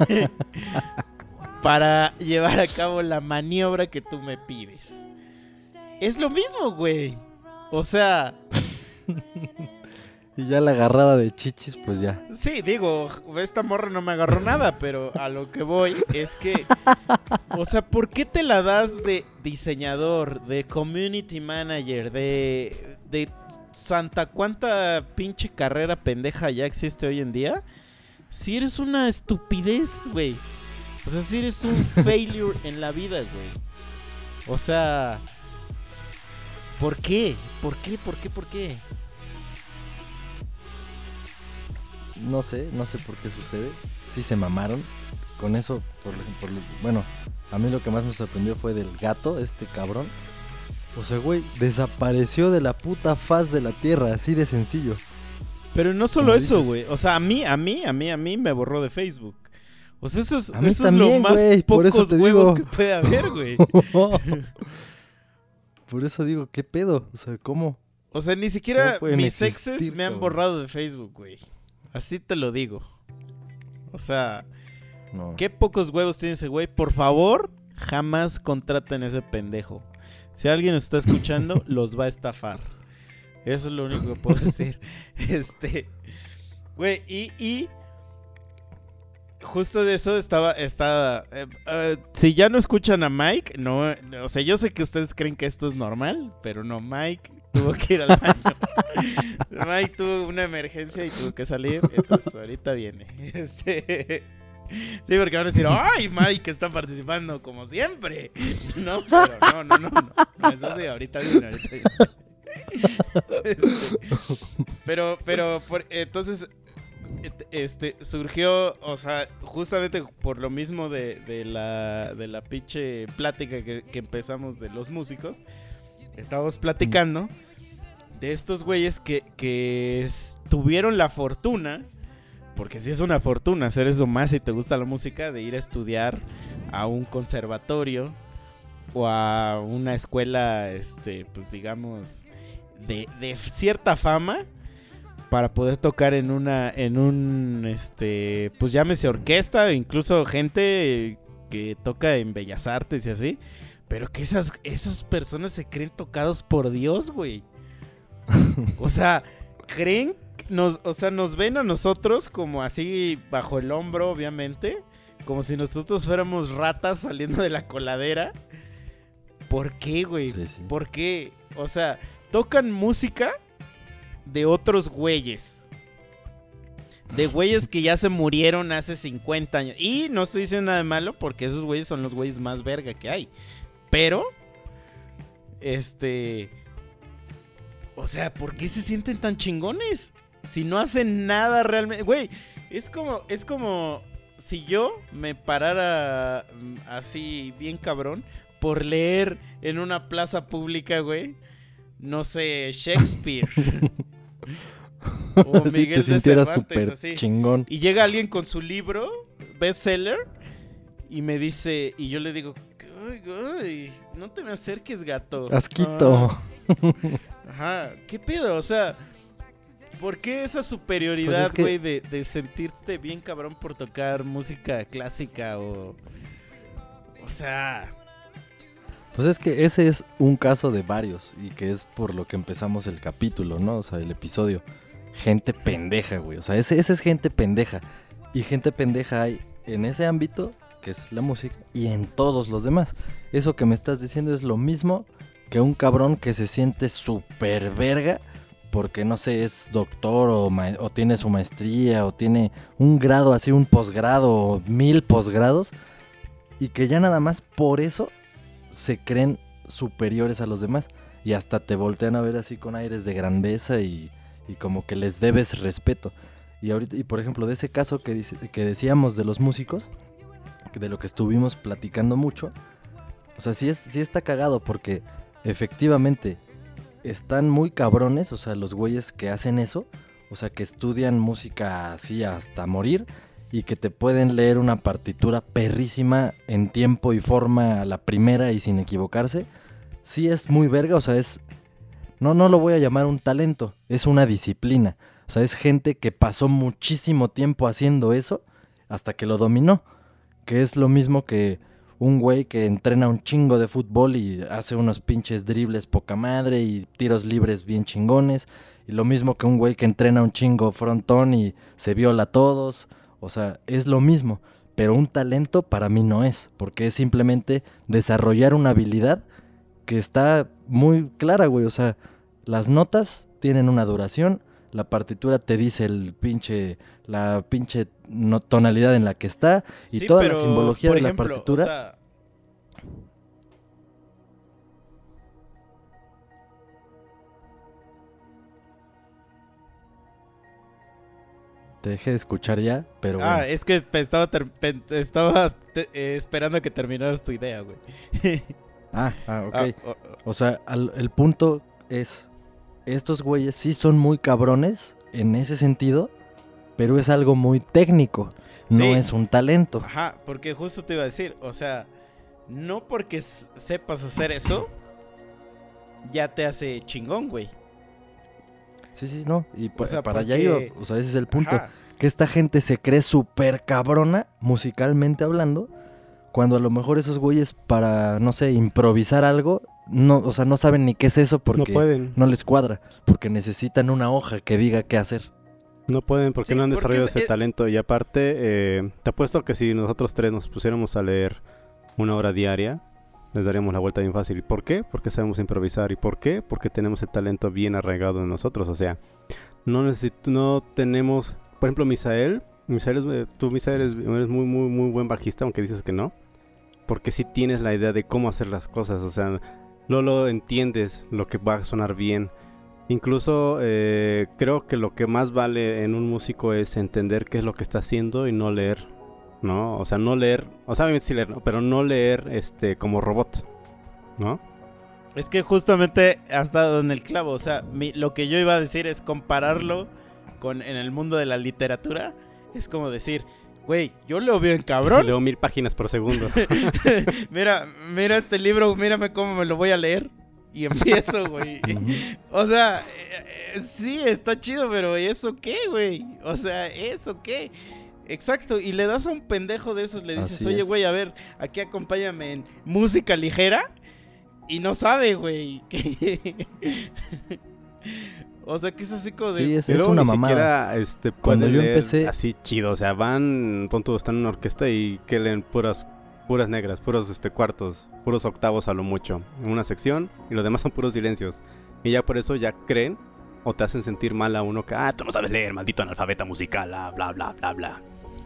para llevar a cabo la maniobra que tú me pides. Es lo mismo, güey. O sea... Y ya la agarrada de chichis, pues ya. Sí, digo, esta morra no me agarró nada, pero a lo que voy es que... O sea, ¿por qué te la das de diseñador, de community manager, de... de santa cuánta pinche carrera pendeja ya existe hoy en día? Si eres una estupidez, güey. O sea, si eres un failure en la vida, güey. O sea... ¿Por qué? ¿Por qué? ¿Por qué? ¿Por qué? No sé, no sé por qué sucede. Sí se mamaron. Con eso, por, por, bueno, a mí lo que más me sorprendió fue del gato, este cabrón. O sea, güey, desapareció de la puta faz de la tierra, así de sencillo. Pero no solo Como eso, dices. güey. O sea, a mí, a mí, a mí, a mí me borró de Facebook. O sea, eso es, A mí eso también, es lo más güey, por eso pocos te huevos digo. que puede haber, güey. Por eso digo, ¿qué pedo? O sea, ¿cómo? O sea, ni siquiera ¿Cómo pueden mis existir, exes me han cabrón? borrado de Facebook, güey. Así te lo digo. O sea, No. qué pocos huevos tiene ese güey. Por favor, jamás contraten a ese pendejo. Si alguien está escuchando, los va a estafar. Eso es lo único que puedo decir. Este, güey, y, y justo de eso estaba, estaba eh, eh, si ya no escuchan a Mike, no, o sea, yo sé que ustedes creen que esto es normal, pero no, Mike tuvo que ir al baño. Mike tuvo una emergencia y tuvo que salir, entonces ahorita viene. Este, sí, porque van a decir, ¡ay, Mike está participando como siempre! No, pero no, no, no, no, no, eso sí, ahorita viene, ahorita viene. Este, pero, pero, por, entonces, este, surgió, o sea, justamente por lo mismo de, de la, de la pinche plática que, que empezamos de los músicos, estábamos platicando de estos güeyes que, que tuvieron la fortuna, porque sí es una fortuna hacer eso más si te gusta la música, de ir a estudiar a un conservatorio o a una escuela, este, pues digamos, de, de cierta fama para poder tocar en una, en un, este, pues llámese orquesta, incluso gente que toca en Bellas Artes y así, pero que esas, esas personas se creen tocados por Dios, güey. O sea, creen, nos, o sea, nos ven a nosotros como así bajo el hombro, obviamente, como si nosotros fuéramos ratas saliendo de la coladera. ¿Por qué, güey? Sí, sí. ¿Por qué? O sea, tocan música de otros güeyes. De güeyes que ya se murieron hace cincuenta años. Y no estoy diciendo nada de malo porque esos güeyes son los güeyes más verga que hay. Pero, este... O sea, ¿por qué se sienten tan chingones? Si no hacen nada realmente... Güey, es como, es como si yo me parara así bien cabrón por leer en una plaza pública, güey, no sé, Shakespeare. O Sí, Miguel te de sintieras Cervantes, súper así. chingón. Y llega alguien con su libro, bestseller, y me dice, y yo le digo, ay, ay, no te me acerques, gato. Asquito. Ah, ajá, ¿qué pedo? O sea, ¿por qué esa superioridad, Pues es que- güey, de, de sentirte bien cabrón por tocar música clásica o... O sea... Pues es que ese es un caso de varios y que es por lo que empezamos el capítulo, ¿no? O sea, el episodio. Gente pendeja, güey. O sea, ese, ese es gente pendeja. Y gente pendeja hay en ese ámbito, que es la música, y en todos los demás. Eso que me estás diciendo es lo mismo que un cabrón que se siente súper verga porque no sé, es doctor o, ma- o tiene su maestría o tiene un grado así, un posgrado o mil posgrados, y que ya nada más por eso se creen superiores a los demás y hasta te voltean a ver así con aires de grandeza y, y como que les debes respeto. Y ahorita, y por ejemplo, de ese caso que, dice, que decíamos de los músicos, de lo que estuvimos platicando mucho, o sea, sí, es, sí está cagado porque efectivamente están muy cabrones, o sea, los güeyes que hacen eso, o sea, que estudian música así hasta morir y que te pueden leer una partitura perrísima en tiempo y forma a la primera y sin equivocarse. Sí es muy verga, o sea, es... No, no lo voy a llamar un talento, es una disciplina. O sea, es gente que pasó muchísimo tiempo haciendo eso hasta que lo dominó. Que es lo mismo que un güey que entrena un chingo de fútbol y hace unos pinches dribles poca madre y tiros libres bien chingones. Y lo mismo que un güey que entrena un chingo frontón y se viola a todos. O sea, es lo mismo. Pero un talento para mí no es, porque es simplemente desarrollar una habilidad que está muy clara, güey. O sea, las notas tienen una duración, la partitura te dice el pinche, la pinche no, tonalidad en la que está y Sí, toda pero, la simbología por de ejemplo, la partitura. o sea, Te dejé de escuchar ya, pero ah, bueno. es que pe- estaba, ter- pe- estaba te- eh, esperando a que terminaras tu idea, güey. Ah, ah, ok. Ah, o- o- O sea, al- el punto es, estos güeyes sí son muy cabrones en ese sentido, pero es algo muy técnico, no Sí. es un talento. Ajá, porque justo te iba a decir, o sea, no porque s- sepas hacer eso, ya te hace chingón, güey. Sí, sí, no. Y pa- O sea, para allá porque- iba, o sea, ese es el punto. Ajá. Que esta gente se cree súper cabrona, musicalmente hablando, cuando a lo mejor esos güeyes para, no sé, improvisar algo, no, o sea, no saben ni qué es eso No porque pueden. no les cuadra, porque necesitan una hoja que diga qué hacer. No pueden porque Sí, no han porque desarrollado es- ese es- talento. Y aparte, eh, te apuesto que si nosotros tres nos pusiéramos a leer una hora diaria, les daríamos la vuelta bien fácil. ¿Y por qué? Porque sabemos improvisar. ¿Y por qué? Porque tenemos el talento bien arraigado en nosotros. O sea, no necesito, no tenemos... Por ejemplo, Misael. Misael es, eh, tú, Misael, eres, eres muy, muy, muy buen bajista, aunque dices que no. Porque sí tienes la idea de cómo hacer las cosas. O sea, no lo entiendes lo que va a sonar bien. Incluso eh, creo que lo que más vale en un músico es entender qué es lo que está haciendo y no leer, ¿no? O sea, no leer, o sea, obviamente sí leer, ¿no? Pero no leer este como robot, ¿no? Es que justamente has dado en el clavo, o sea, mi- lo que yo iba a decir es compararlo con en el mundo de la literatura, es como decir, güey, yo lo veo en cabrón. Leo mil páginas por segundo. mira, mira este libro, mírame cómo me lo voy a leer. Y empiezo, güey. Ujú. O sea, eh, eh, sí, está chido, pero ¿y eso qué, güey? O sea, ¿eso qué? Exacto, y le das a un pendejo de esos, le dices, Así oye, es. güey, a ver, aquí acompáñame en música ligera. Y no sabe, güey. que- o sea, que es así como de... Sí, es, Y es luego una ni mamada. siquiera, este, Cuando pueden yo leer empecé- así chido, o sea, van, pon tú, están en una orquesta y que leen puras, puras negras, puros este, cuartos, puros octavos a lo mucho, en una sección, y los demás son puros silencios. Y ya por eso ya creen, o te hacen sentir mal a uno que, ah, tú no sabes leer, maldito analfabeta musical, bla, bla, bla, bla, bla.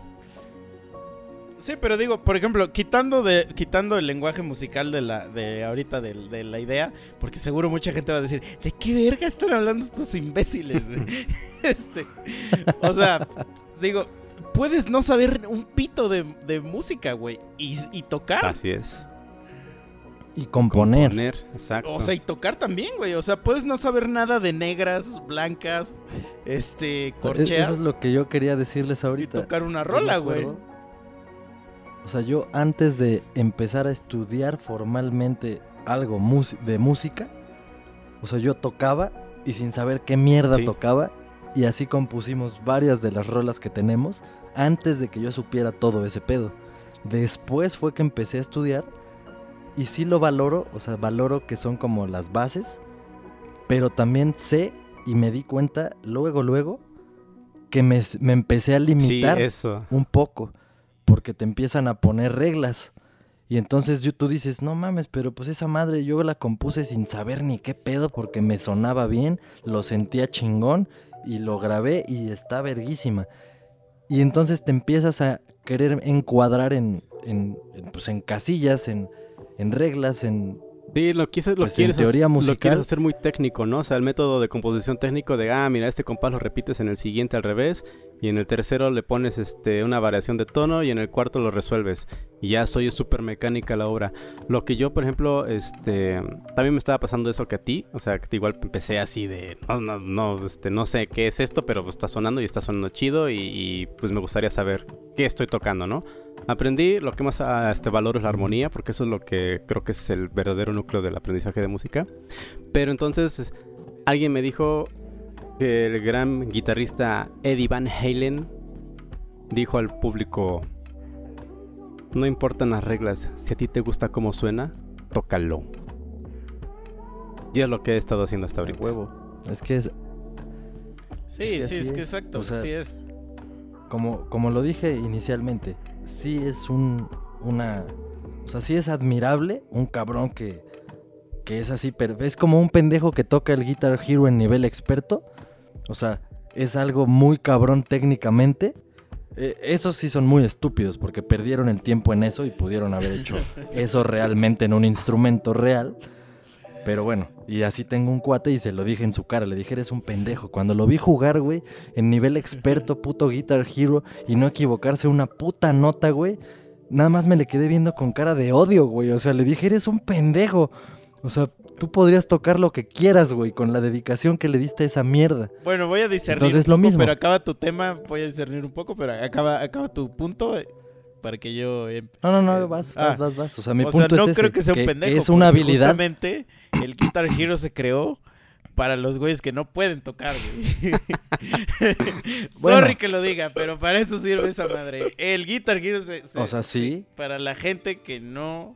Sí, pero digo, por ejemplo, quitando de quitando el lenguaje musical de la de ahorita de, de la idea, porque seguro mucha gente va a decir, ¿de qué verga están hablando estos imbéciles, güey? este, o sea, digo, puedes no saber un pito de, de música, güey, y, y tocar. Así es. Y componer. Componer, exacto. O sea, y tocar también, güey. O sea, puedes no saber nada de negras, blancas, este, Es- corcheas, Eso es lo que yo quería decirles y ahorita. tocar una ¿Estás rola, de güey. acuerdo? O sea, yo antes de empezar a estudiar formalmente algo mus- de música, o sea, yo tocaba y sin saber qué mierda Sí. tocaba, y así compusimos varias de las rolas que tenemos antes de que yo supiera todo ese pedo. Después fue que empecé a estudiar y sí lo valoro, o sea, valoro que son como las bases, pero también sé y me di cuenta luego, luego, que me, me empecé a Sí, limitar eso. un poco, porque te empiezan a poner reglas Y entonces yo, tú dices, no mames, pero pues esa madre yo la compuse sin saber ni qué pedo porque me sonaba bien, lo sentía chingón y lo grabé y está verguísima. Y entonces te empiezas a querer encuadrar en, en, en, pues en casillas, en, en reglas, en... Sí, lo, quise, lo, Pues, en quieres, teoría hacer- lo musical- quieres hacer muy técnico, ¿no? O sea, el método de composición técnico de, ah, mira, este compás lo repites en el siguiente al revés, y en el tercero le pones este una variación de tono, y en el cuarto lo resuelves. Y ya soy súper mecánica la obra. Lo que yo, por ejemplo, este, también me estaba pasando eso que a ti, o sea, que igual empecé así de, no, no, no, este, no sé qué es esto, pero pues, está sonando y está sonando chido, y, y, pues me gustaría saber qué estoy tocando, ¿no? Aprendí, lo que más ah, este, valoro es la armonía, porque eso es lo que creo que es el verdadero núcleo del aprendizaje de música. Pero entonces alguien me dijo que el gran guitarrista Eddie Van Halen dijo al público, no importan las reglas, si a ti te gusta cómo suena, tócalo. Y es lo que he estado haciendo hasta ahorita. Huevo. Es que es, Sí, Es que sí, así es que es. exacto, O sea, así es. como, como lo dije inicialmente, sí es un, una, o sea, sí es admirable un cabrón que, que es así, pero es como un pendejo que toca el Guitar Hero en nivel experto, o sea, es algo muy cabrón técnicamente. Eh, esos sí son muy estúpidos porque perdieron el tiempo en eso y pudieron haber hecho eso realmente en un instrumento real. Pero bueno, y así tengo un cuate y se lo dije en su cara, le dije, eres un pendejo. Cuando lo vi jugar, güey, en nivel experto, puto Guitar Hero, y no equivocarse una puta nota, güey, nada más me le quedé viendo con cara de odio, güey. O sea, le dije, eres un pendejo. O sea, tú podrías tocar lo que quieras, güey, con la dedicación que le diste a esa mierda. Bueno, voy a discernir Entonces, un lo poco, mismo. pero acaba tu tema, voy a discernir un poco, pero acaba, acaba tu punto eh, para que yo... em- No, no, no, eh, vas, ah, vas, vas, vas. O sea, mi o punto sea, no es ese, creo que sea un pendejo. es una porque habilidad. Justamente el Guitar Hero se creó para los güeyes que no pueden tocar, güey. Bueno. Sorry que lo diga, pero para eso sirve esa madre. El Guitar Hero se... se- O sea, sí. Para la gente que no...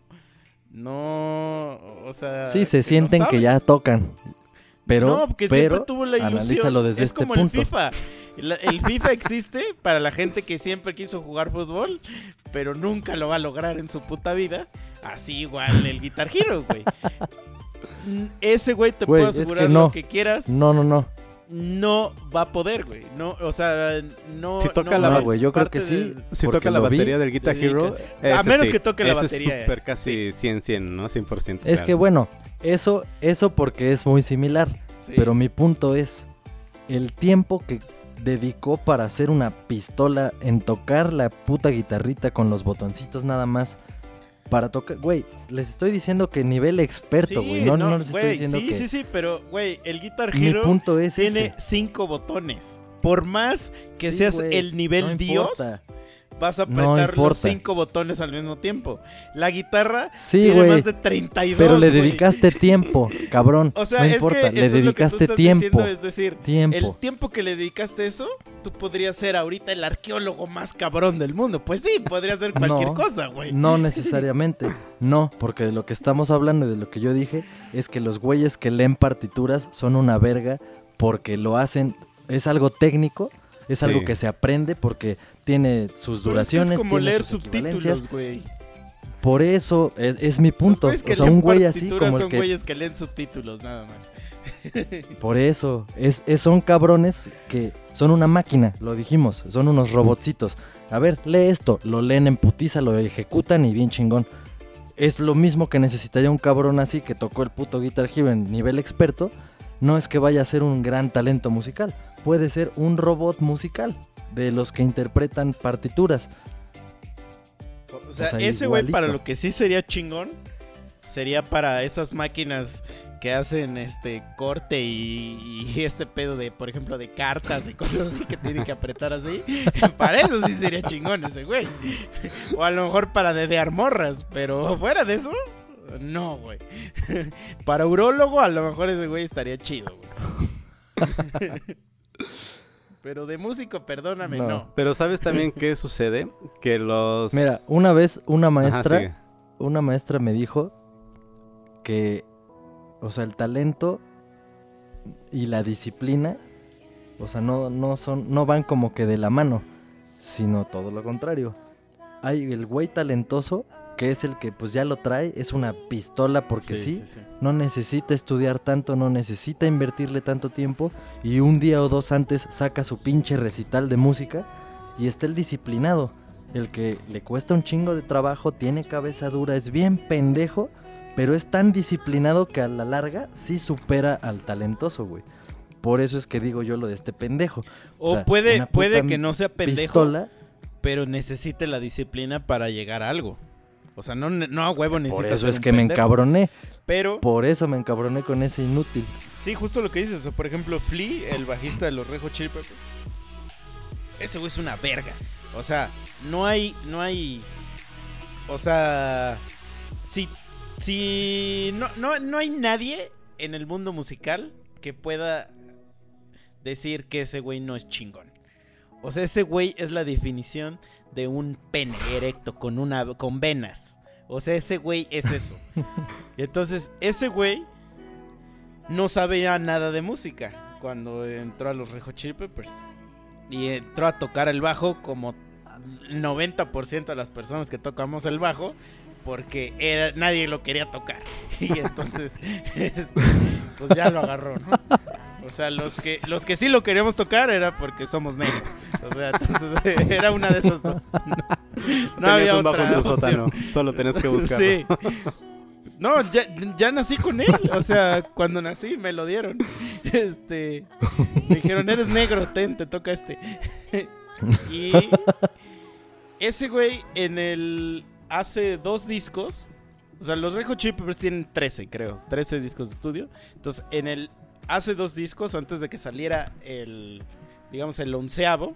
No... O sea... Sí, se no sienten que sabe. ya tocan. Pero, no, porque pero siempre tuvo la ilusión. analízalo desde es este como punto. el FIFA. El, el FIFA existe para la gente que siempre quiso jugar fútbol, pero nunca lo va a lograr en su puta vida. Así igual el Guitar Hero, güey. Mm, Ese güey te Güey, puedo es que asegurar no. lo que quieras. No, no, no. No va a poder, güey. No, o sea, no. Si toca no la No, es güey, yo creo parte que sí. del- Si porque toca la lo vi, batería del Guitar dedica- Hero, A ese menos sí, que toque la ese batería. es súper casi cien, cien, ¿no? cien por ciento. Es claro. que bueno, eso, eso porque es muy similar. Sí. Pero mi punto es el tiempo que dedicó para hacer una pistola en tocar la puta guitarrita con los botoncitos nada más. Para tocar, güey, les estoy diciendo que nivel experto, Sí, güey. No, no, no les estoy güey, diciendo sí, que sí, sí, pero, güey, el Guitar mi Hero punto es tiene ese. cinco botones. Por más que Sí, seas güey, el nivel no Dios, importa. vas a No apretar los importa. cinco botones al mismo tiempo. La guitarra Sí, tiene güey. más de treinta y dos, Pero le güey. dedicaste tiempo, cabrón. O sea, no es importa, que le entonces lo que tú dedicaste estás tiempo. diciendo es decir, Tiempo. el tiempo que le dedicaste a eso, tú podrías ser ahorita el arqueólogo más cabrón del mundo. Pues sí, podría ser cualquier No, cosa, güey. No necesariamente, no, porque de lo que estamos hablando y de lo que yo dije es que los güeyes que leen partituras son una verga porque lo hacen, es algo técnico, es Sí. algo que se aprende porque tiene sus Pero es que duraciones, es como tiene leer sus equivalencias. subtítulos, güey. Por eso es, es mi Los punto, güeyes que o sea, leen un güey así partituras como el son que güeyes que leen subtítulos, nada más. por eso es, es- son cabrones que son una máquina, lo dijimos, son unos robotcitos. A ver, lee esto, lo leen en putiza, lo ejecutan y bien chingón. Es lo mismo que necesitaría un cabrón así que tocó el puto Guitar Hero en nivel experto. No es que vaya a ser un gran talento musical, puede ser un robot musical de los que interpretan partituras. O sea, O sea, ese güey igualito. para lo que sí sería chingón sería para esas máquinas que hacen este corte y, y este pedo de, por ejemplo, de cartas y cosas así que tienen que apretar así. Para eso sí sería chingón ese güey. O a lo mejor para dedear morras, pero fuera de eso, no, güey. Para urólogo a lo mejor ese güey estaría chido, güey. Pero de músico, perdóname, No. no. Pero ¿sabes también qué sucede? Que los... Mira, una vez una Ajá, maestra, sigue. una maestra me dijo que, o sea, el talento y la disciplina, o sea, no, no son, no van como que de la mano, sino todo lo contrario. Hay el güey talentoso que es el que pues ya lo trae, es una pistola porque sí, sí, sí. no necesita estudiar tanto, no necesita invertirle tanto tiempo y un día o dos antes saca su pinche recital de música y está el disciplinado, el que le cuesta un chingo de trabajo, tiene cabeza dura, es bien pendejo, pero es tan disciplinado que a la larga sí supera al talentoso, güey. Por eso es que digo yo lo de este pendejo. O, O sea, puede, una puede puta que no sea pendejo, pistola, pero necesite la disciplina para llegar a algo. O sea, no, no a huevo necesita por eso ser es un que me pendejo. encabroné. Pero, Por eso me encabroné con ese inútil. sí, justo lo que dices. O por ejemplo, Flea, el bajista de los Red Hot Chili Peppers. Ese güey es una verga. O sea, no hay, no hay... O sea, si, si no, no, no hay nadie en el mundo musical que pueda decir que ese güey no es chingón. O sea, ese güey es la definición de un pene erecto con una con venas. O sea, ese güey es eso. Y entonces, ese güey no sabía nada de música cuando entró a los Red Hot Chili Peppers. Y entró a tocar el bajo como el noventa por ciento de las personas que tocamos el bajo, porque era, nadie lo quería tocar. Y entonces, este, pues ya lo agarró, ¿no? O sea, los que los que sí lo queríamos tocar era porque somos negros. O sea, entonces era una de esas dos. No, no Tenías había un bajo otra en tu opción. sótano. Solo tenías que buscarlo. Sí. No, ya, ya nací con él. O sea, cuando nací me lo dieron. Este, me dijeron, eres negro, ten, te toca este. Y ese güey en el hace dos discos. O sea, los Red Hot Chili Peppers tienen trece, creo. trece discos de estudio. Entonces, en el hace dos discos, antes de que saliera el, digamos, el onceavo,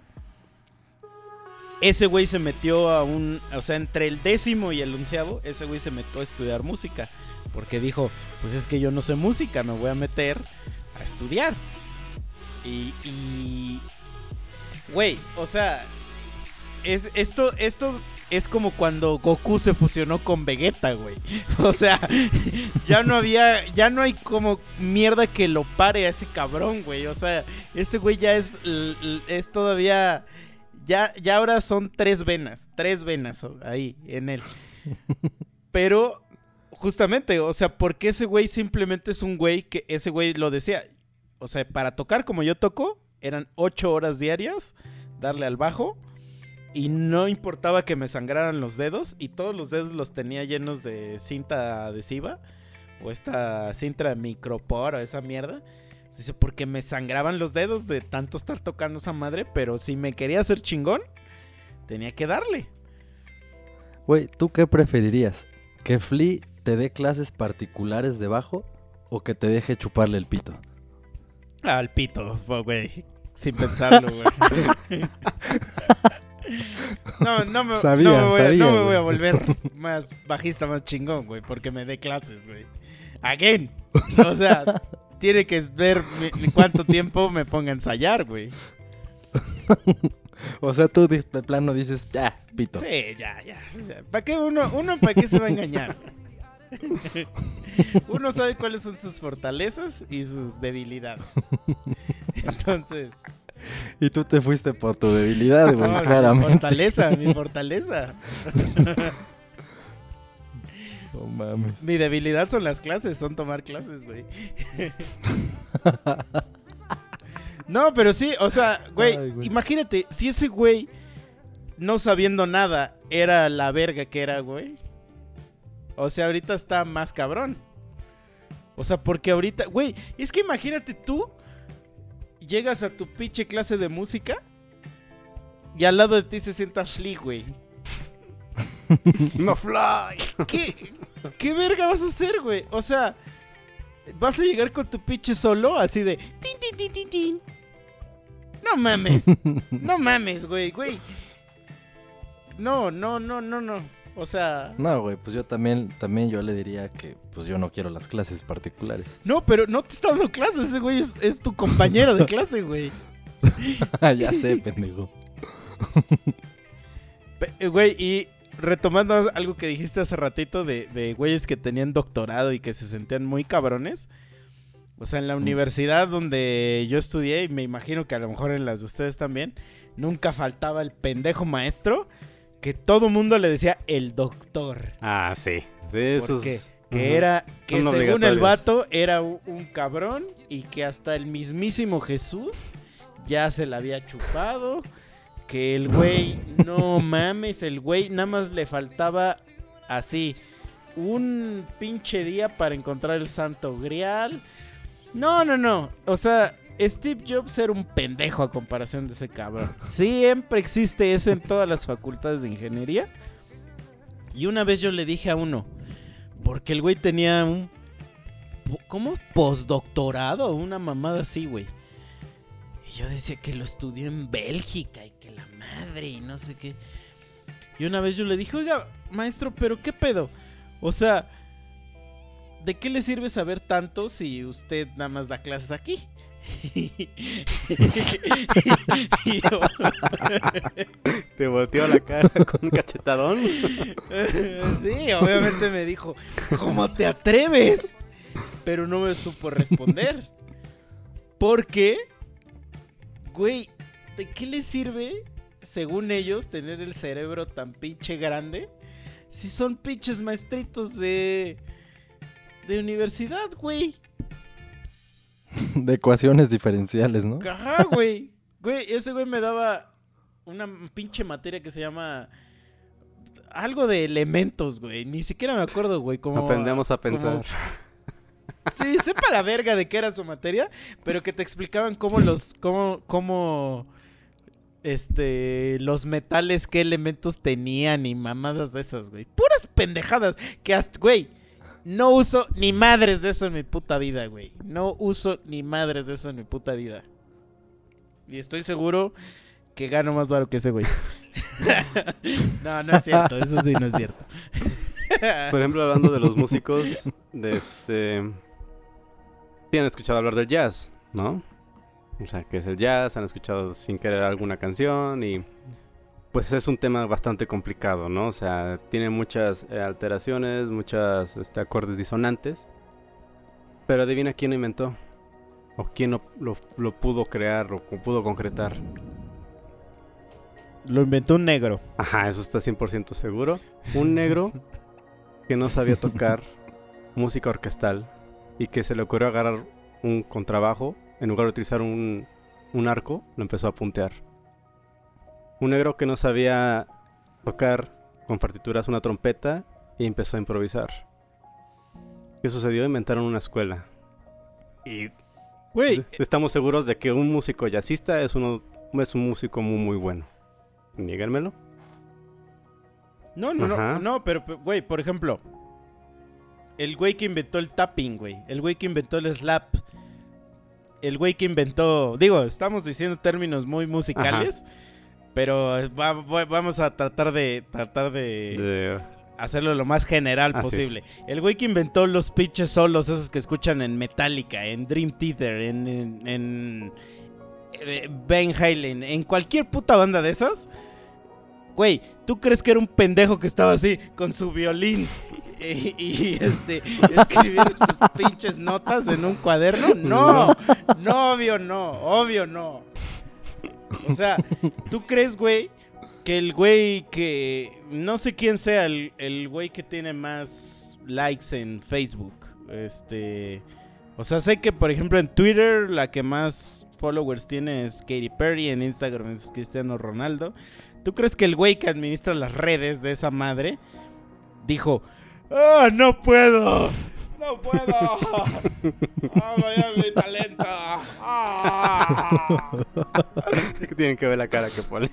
ese güey se metió a un, o sea, entre el décimo y el onceavo, ese güey se metió a estudiar música, porque dijo, pues es que yo no sé música, me voy a meter a estudiar. Y, y, güey, o sea, es, esto, esto es como cuando Goku se fusionó con Vegeta, güey. O sea, ya no había, ya no hay como mierda que lo pare a ese cabrón, güey. O sea, ese güey ya es, es todavía, ya, ya ahora son tres venas, tres venas ahí en él. Pero, justamente, o sea, porque ese güey simplemente es un güey que, ese güey lo decía, o sea, para tocar como yo toco, eran ocho horas diarias, darle al bajo. Y no importaba que me sangraran los dedos. Y todos los dedos los tenía llenos de cinta adhesiva. O esta cinta micropor o esa mierda. Dice, porque me sangraban los dedos de tanto estar tocando esa madre. Pero si me quería hacer chingón, tenía que darle. Güey, ¿tú qué preferirías? ¿Que Flea te dé clases particulares de bajo o que te deje chuparle el pito? Al pito, güey. Sin pensarlo, güey. No, no me, Sabía, no me, voy, a, sabía, no me güey. voy a volver más bajista, más chingón, güey, porque me dé clases, güey. Again. O sea, tiene que ver mi, cuánto tiempo me ponga a ensayar, güey. O sea, tú de de plano dices, ya, pito. Sí, ya, ya. ya. ¿Para qué uno, uno para qué se va a engañar? Uno sabe cuáles son sus fortalezas y sus debilidades. Entonces... Y tú te fuiste por tu debilidad, güey, No, claramente. mi fortaleza, mi fortaleza. No mames. Mi debilidad son las clases, son tomar clases, güey. No, pero sí, o sea, güey, Ay, güey. imagínate, si ese güey, no sabiendo nada, era la verga que era, güey. O sea, ahorita está más cabrón. O sea, porque ahorita, güey, es que imagínate tú, llegas a tu pinche clase de música y al lado de ti se sienta Flea, güey. ¡No fly! ¿Qué, ¿Qué verga vas a hacer, güey? O sea, vas a llegar con tu pinche solo así de... Tin, tin, tin, tin, tin. No mames. No mames, güey, güey. No, no, no, no, no. O sea... No, güey, pues yo también, también yo le diría que pues yo no quiero las clases particulares. No, pero no te está dando clases, ese güey es, es tu compañero de clase, güey. Ya sé, pendejo. Pe- eh, Güey, y retomando algo que dijiste hace ratito de, de güeyes que tenían doctorado y que se sentían muy cabrones. O sea, en la universidad donde yo estudié, y me imagino que a lo mejor en las de ustedes también, nunca faltaba el pendejo maestro que todo mundo le decía el doctor. Ah, sí. Sí, eso ¿Por qué? es... Que Ujú. era, que Son según el obligatorios. vato era un, un cabrón y que hasta el mismísimo Jesús ya se la había chupado. Que el güey, no mames, el güey nada más le faltaba así un pinche día para encontrar el santo grial. No, no, no. O sea, Steve Jobs era un pendejo a comparación de ese cabrón. Siempre existe eso en todas las facultades de ingeniería. Y una vez yo le dije a uno, porque el güey tenía un... ¿Cómo? Postdoctorado, una mamada así, güey. Y yo decía que lo estudió en Bélgica y que la madre y no sé qué. Y una vez yo le dije, oiga, maestro, ¿pero qué pedo? O sea, ¿de qué le sirve saber tanto si usted nada más da clases aquí? Y yo... Te volteó la cara con un cachetadón. Sí, obviamente me dijo, ¿cómo te atreves? Pero no me supo responder. Porque, güey, ¿de qué les sirve, según ellos, tener el cerebro tan pinche grande si son pinches maestritos de, de universidad, güey? De ecuaciones diferenciales, ¿no? Ajá, güey. Güey, ese güey me daba una pinche materia que se llama algo de elementos, güey. Ni siquiera me acuerdo, güey. Como, Aprendemos a como- pensar. Sí, sepa la verga de qué era su materia, pero que te explicaban cómo los, cómo, cómo, este, los metales, qué elementos tenían y mamadas de esas, güey. Puras pendejadas que hasta, güey, no uso ni madres de eso en mi puta vida, güey. No uso ni madres de eso en mi puta vida. Y estoy seguro que gano más varo que ese güey. No, no es cierto, eso sí no es cierto. Por ejemplo, hablando de los músicos, de este... sí han escuchado hablar del jazz, ¿no? O sea, ¿qué es el jazz? Han escuchado sin querer alguna canción y... pues es un tema bastante complicado, ¿no? O sea, tiene muchas eh, alteraciones, muchas este, acordes disonantes. Pero adivina quién lo inventó. O quién lo, lo, lo pudo crear o co- pudo concretar. Lo inventó un negro. Ajá, eso está cien por ciento seguro. Un negro que no sabía tocar música orquestal y que se le ocurrió agarrar un contrabajo, en lugar de utilizar un, un arco, lo empezó a puntear. Un negro que no sabía tocar con partituras una trompeta y empezó a improvisar. ¿Qué sucedió? Inventaron una escuela. Y Güey, estamos seguros de que un músico jazzista es, uno, es un músico muy muy bueno. Níganmelo. no, no, Ajá. no, no, pero, pero, güey, por ejemplo, el güey que inventó el tapping, güey, el güey que inventó el slap, el güey que inventó, digo, estamos diciendo términos muy musicales, pero va- va- vamos a tratar de, tratar de, De- hacerlo lo más general Así posible. El güey que inventó los pinches solos, esos que escuchan en Metallica, en Dream Theater, en, en, en eh, Van Halen, en cualquier puta banda de esas. Güey, ¿tú crees que era un pendejo que estaba así con su violín y, y, este escribiendo sus pinches notas en un cuaderno? No, no, obvio no, obvio no. O sea, ¿tú crees, güey, que el güey que... no sé quién sea el, el güey que tiene más likes en Facebook? Este... O sea, sé que, por ejemplo, en Twitter la que más followers tiene es Katy Perry, en Instagram es Cristiano Ronaldo. ¿Tú crees que el güey que administra las redes de esa madre dijo, ¡ah, no puedo! ¡No puedo! ¡Ah, vaya mi talento! ¡Ah! que tienen que ver la cara que pone.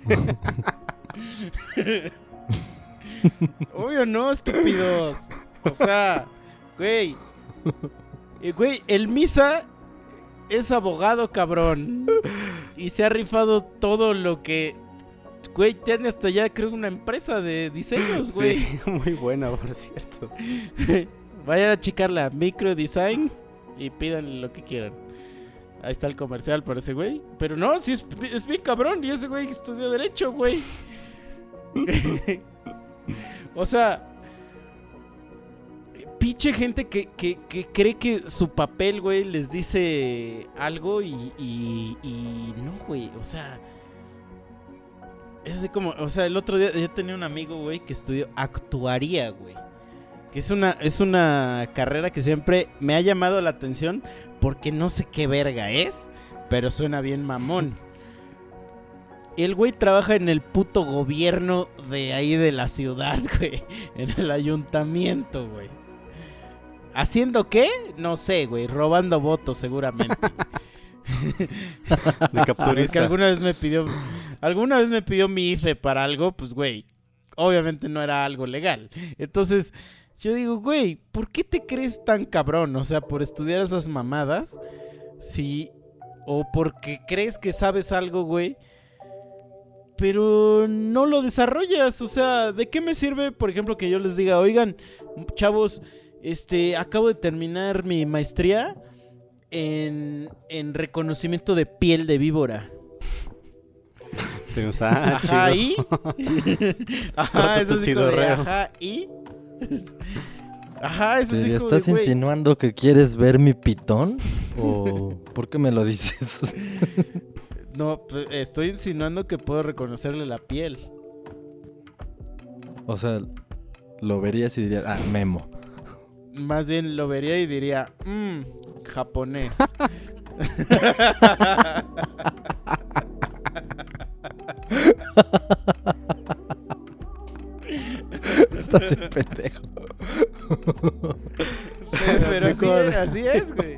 Obvio no, estúpidos. O sea, güey. Eh, Güey, el Misa es abogado, cabrón. Y se ha rifado todo lo que... Güey, tiene hasta ya, creo, una empresa de diseños, güey. Sí, muy buena, por cierto. Vayan a checarla, Micro Design, y pídanle lo que quieran. Ahí está el comercial para ese güey. Pero no, sí es, es bien cabrón. Y ese güey estudió Derecho, güey. O sea, pinche gente que, que, que cree que su papel, güey, les dice algo y, y, y no, güey. O sea, Es de como, o sea, el otro día yo tenía un amigo, güey, que estudió actuaría, güey. Que es una, es una carrera que siempre me ha llamado la atención porque no sé qué verga es, pero suena bien mamón. El güey trabaja en el puto gobierno de ahí de la ciudad, güey. En el ayuntamiento, güey. ¿Haciendo qué? No sé, güey. Robando votos, seguramente. De capturista. Que alguna vez me pidió... Alguna vez me pidió mi I F E para algo, pues, güey. Obviamente no era algo legal. Entonces, yo digo, güey, ¿por qué te crees tan cabrón? O sea, por estudiar esas mamadas. Sí. O porque crees que sabes algo, güey. Pero no lo desarrollas, o sea, ¿de qué me sirve, por ejemplo, que yo les diga, oigan, chavos, este, acabo de terminar mi maestría en, en reconocimiento de piel de víbora? Tenemos, ah, ajá, chido. ¿y? Ajá, eso es como de, ajá, ¿y? Ajá, eso sí como de, ¿Estás insinuando que quieres ver mi pitón? ¿O por qué me lo dices? No, estoy insinuando que puedo reconocerle la piel. O sea, lo verías y dirías, ah, Memo. Más bien lo vería y diría, mmm, japonés. Estás en pendejo. Pero, pero así, es, así es, güey.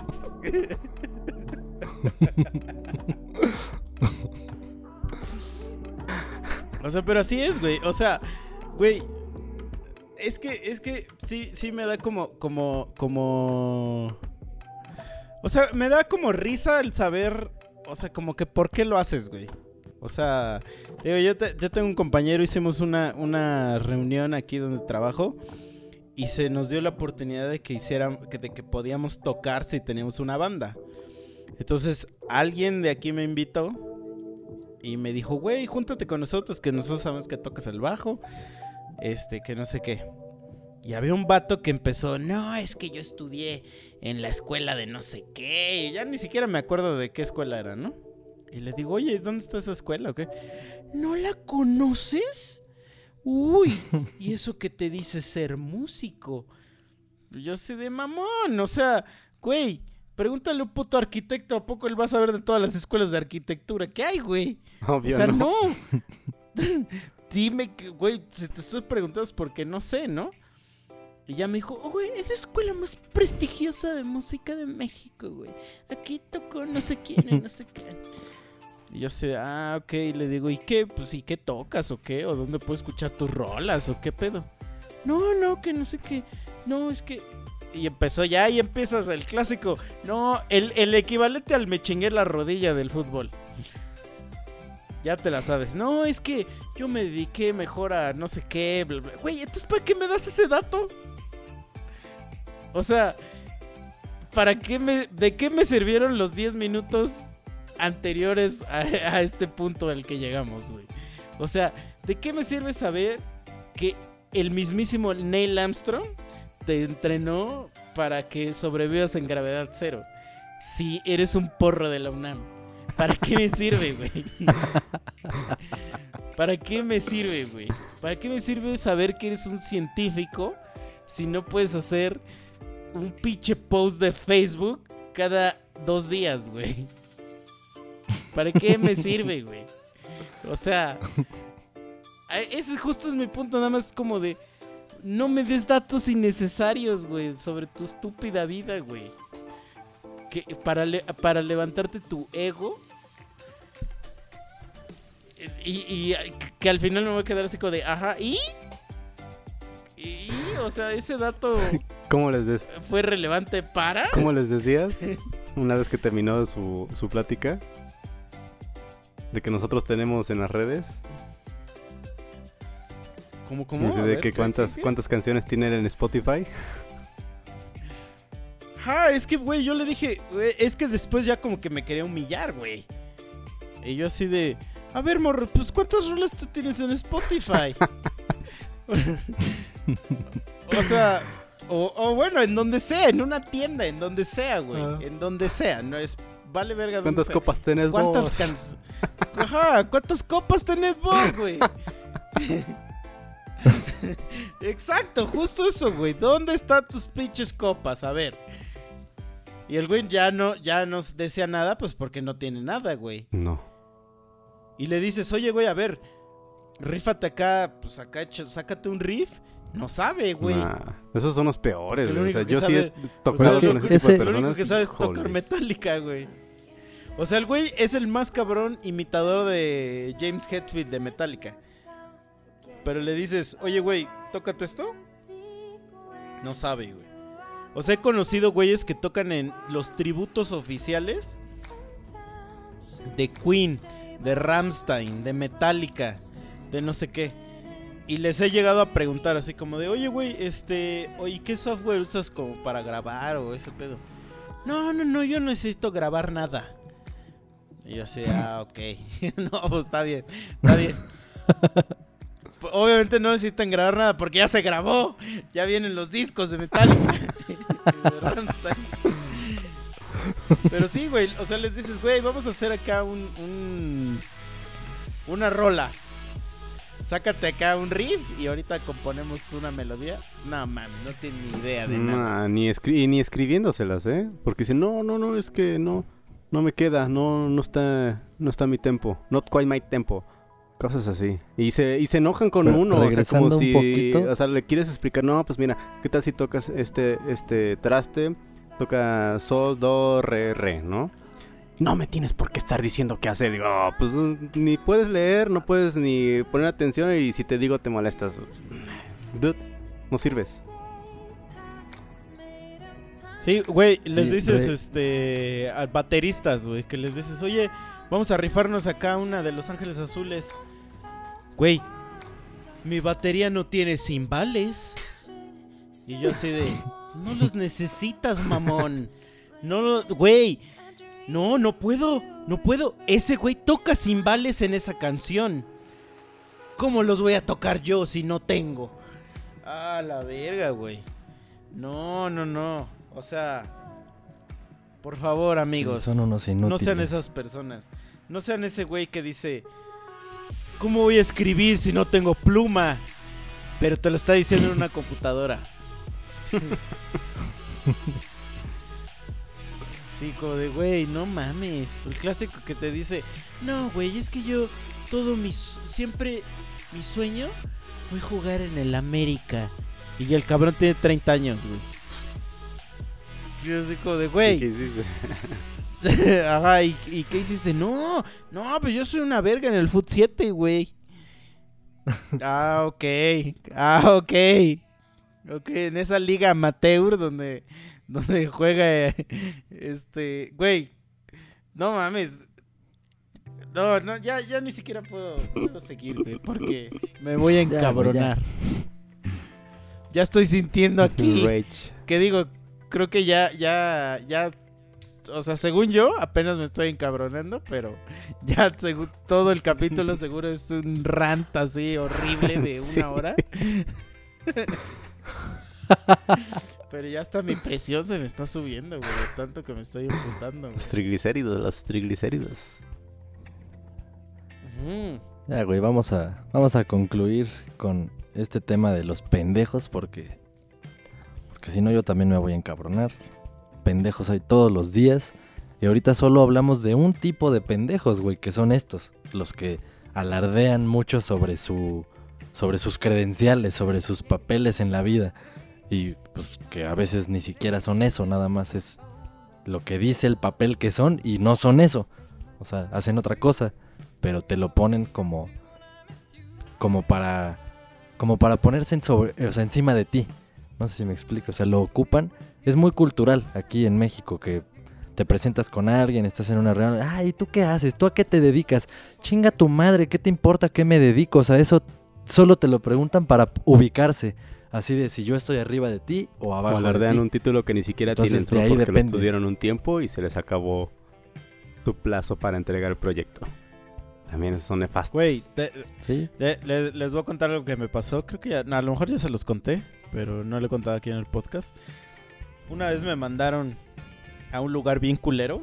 O sea, pero así es, güey. O sea, güey. Es que, es que sí, sí me da como, como, como... O sea, me da como risa el saber, o sea, como que por qué lo haces, güey. O sea, digo, yo, te, yo tengo un compañero, hicimos una, una reunión aquí donde trabajo y se nos dio la oportunidad de que hiciéramos, de que podíamos tocar si teníamos una banda. Entonces, alguien de aquí me invitó y me dijo, güey, júntate con nosotros, que nosotros sabemos que tocas el bajo, este, que no sé qué. Y había un vato que empezó, no, es que yo estudié en la escuela de no sé qué. Y ya ni siquiera me acuerdo de qué escuela era, ¿no? Y le digo, oye, ¿dónde está esa escuela o qué? ¿No la conoces? Uy, ¿y eso que te dice ser músico? Yo sé de mamón, o sea, güey, pregúntale a un puto arquitecto, ¿a poco él va a saber de todas las escuelas de arquitectura que hay, güey? Obvio, o sea, no. no. Dime que, güey, si te estoy preguntando es porque no sé, ¿no? Y ya me dijo, oh, güey, es la escuela más prestigiosa de música de México, güey. Aquí tocó no sé quién y no sé quién. Y yo sé, ah, ok, le digo, ¿y qué? Pues, ¿y qué tocas o qué? ¿O dónde puedo escuchar tus rolas o qué pedo? No, no, que no sé qué. No, es que... Y empezó ya, y empiezas el clásico. No, el, el equivalente al me chingué la rodilla del fútbol. Ya te la sabes. No, es que yo me dediqué mejor a no sé qué. Bla, bla. Güey, entonces ¿para qué me das ese dato? O sea, ¿para qué me, ¿de qué me sirvieron los diez minutos anteriores a, a este punto al que llegamos, güey? O sea, ¿de qué me sirve saber que el mismísimo Neil Armstrong te entrenó para que sobrevivas en gravedad cero? Si eres un porro de la UNAM. ¿Para qué me sirve, güey? ¿Para qué me sirve, güey? ¿Para qué me sirve saber que eres un científico si no puedes hacer un pinche post de Facebook cada dos días, güey? ¿Para qué me sirve, güey? O sea, ese justo es mi punto, nada más como de... No me des datos innecesarios, güey, sobre tu estúpida vida, güey. Que para, le- para levantarte tu ego... Y, y que al final me voy a quedar así como de, ajá, ¿y? ¿Y? O sea, ese dato ¿Cómo les, de- fue relevante para... ¿Cómo les decías? Una vez que terminó su, su plática, de que nosotros tenemos en las redes, ¿Cómo, cómo? dice A de ver, que ¿qué, cuántas, qué, qué? cuántas canciones tienen en Spotify. Ajá, es que, güey, yo le dije, güey, es que después ya como que me quería humillar, güey. Y yo así de, a ver, morro, pues ¿cuántas rolas tú tienes en Spotify? O sea, o, o bueno, en donde sea, en una tienda, en donde sea, güey. Ah. En donde sea, no es, vale verga donde ¿Cuántas sea. copas tenés ¿Cuántas, vos? can- Ajá, ¿cuántas copas tenés vos, güey? Exacto, justo eso, güey. ¿Dónde están tus pinches copas? A ver. Y el güey ya no, ya no decía nada, pues porque no tiene nada, güey. No. Y le dices, oye, güey, a ver, rífate acá, pues acá, echa- sácate un riff. No sabe, güey. Nah, esos son los peores, El güey. O único sea, que yo sabe- sí he tocado que con ese ese- tipo de Lo único personas. que sabe es tocar híjoles. Metallica, güey. O sea, el güey es el más cabrón imitador de James Hetfield de Metallica. Pero le dices, oye, güey, tócate esto. No sabe, güey. O sea, he conocido güeyes que tocan en los tributos oficiales de Queen, de Rammstein, de Metallica, de no sé qué. Y les he llegado a preguntar así como de, oye, güey, este, oye, ¿qué software usas como para grabar o ese pedo? No, no, no, yo no necesito grabar nada. Y yo así, ah, ok. No, pues está bien, está bien. Obviamente no necesitan grabar nada porque ya se grabó. Ya vienen los discos de Metallica. De Rammstein. Pero sí, güey, o sea, les dices, güey, vamos a hacer acá un, un una rola. Sácate acá un riff y ahorita componemos una melodía. No, mames, no tiene ni idea de nada. Nah, ni, escri- y ni escribiéndoselas, ¿eh? Porque dicen, no, no, no, es que no, no me queda, no, no está, no está mi tempo, not quite my tempo. Cosas así. Y se, y se enojan con Pero uno, o sea, regresando como un si, poquito. o sea, le quieres explicar, no, pues mira, ¿qué tal si tocas este, este traste? Toca sol, do, re, re, ¿no? No me tienes por qué estar diciendo qué hacer. Digo, oh, pues ni puedes leer, no puedes ni poner atención y si te digo te molestas. Dude, no sirves. Sí, güey, les Sí, dices, re- este, a bateristas, güey, que les dices, oye, vamos a rifarnos acá una de Los Ángeles Azules. Güey, mi batería no tiene cimbales. Y yo así de, no los necesitas, mamón. No lo, güey, no, no puedo, no puedo. Ese güey toca cimbales en esa canción. ¿Cómo los voy a tocar yo si no tengo? Ah, la verga, güey. No, no, no. O sea, por favor, amigos, Son unos inútiles. no sean esas personas. No sean ese güey que dice, ¿cómo voy a escribir si no tengo pluma? Pero te lo está diciendo en una computadora. Sí, como de, güey, no mames. El clásico que te dice, no, güey, es que yo, todo mi, su- siempre, mi sueño fue jugar en el América. Y el cabrón tiene treinta años, güey. Y yo así como de, güey. ¿Qué hiciste? Ajá, ¿y, ¿y qué hiciste? No, no, pues yo soy una verga en el Foot siete, güey. Ah, ok. Ah, ok. Ok, en esa liga amateur donde, donde juega eh, este, güey. No mames. No, no, ya, ya ni siquiera puedo, puedo seguir, güey, porque me voy a Ya, güey, encabronar. Ya estoy sintiendo aquí Rage. que digo, creo que ya, ya, ya, o sea, según yo, apenas me estoy encabronando, pero ya según todo el capítulo seguro es un rant así horrible de una Sí. hora. Pero ya hasta mi presión se me está subiendo, güey, de tanto que me estoy emputando, güey. Los triglicéridos, los triglicéridos. Ujú. Ya, güey, vamos a, vamos a concluir con este tema de los pendejos porque, porque si no yo también me voy a encabronar. Pendejos hay todos los días y ahorita solo hablamos de un tipo de pendejos, güey, que son estos, los que alardean mucho sobre su, sobre sus credenciales, sobre sus papeles en la vida y pues que a veces ni siquiera son eso, nada más es lo que dice el papel que son y no son eso, o sea, hacen otra cosa. Pero te lo ponen como como para como para ponerse en sobre, o sea, encima de ti. No sé si me explico, o sea, lo ocupan. Es muy cultural aquí en México que te presentas con alguien, estás en una reunión, ay, ¿tú qué haces? ¿Tú a qué te dedicas? Chinga tu madre, ¿qué te importa a qué me dedico? O sea, eso solo te lo preguntan para ubicarse, así de si yo estoy arriba de ti o O abajo de alardean ti. un título que ni siquiera Entonces, tienen de solo ahí porque lo depende. estudiaron un tiempo y se les acabó tu plazo para entregar el proyecto. También son nefastos. Güey, te- ¿Sí? le- le- les voy a contar algo que me pasó. Creo que ya, no, a lo mejor ya se los conté, pero no lo he contado aquí en el podcast. Una vez me mandaron a un lugar bien culero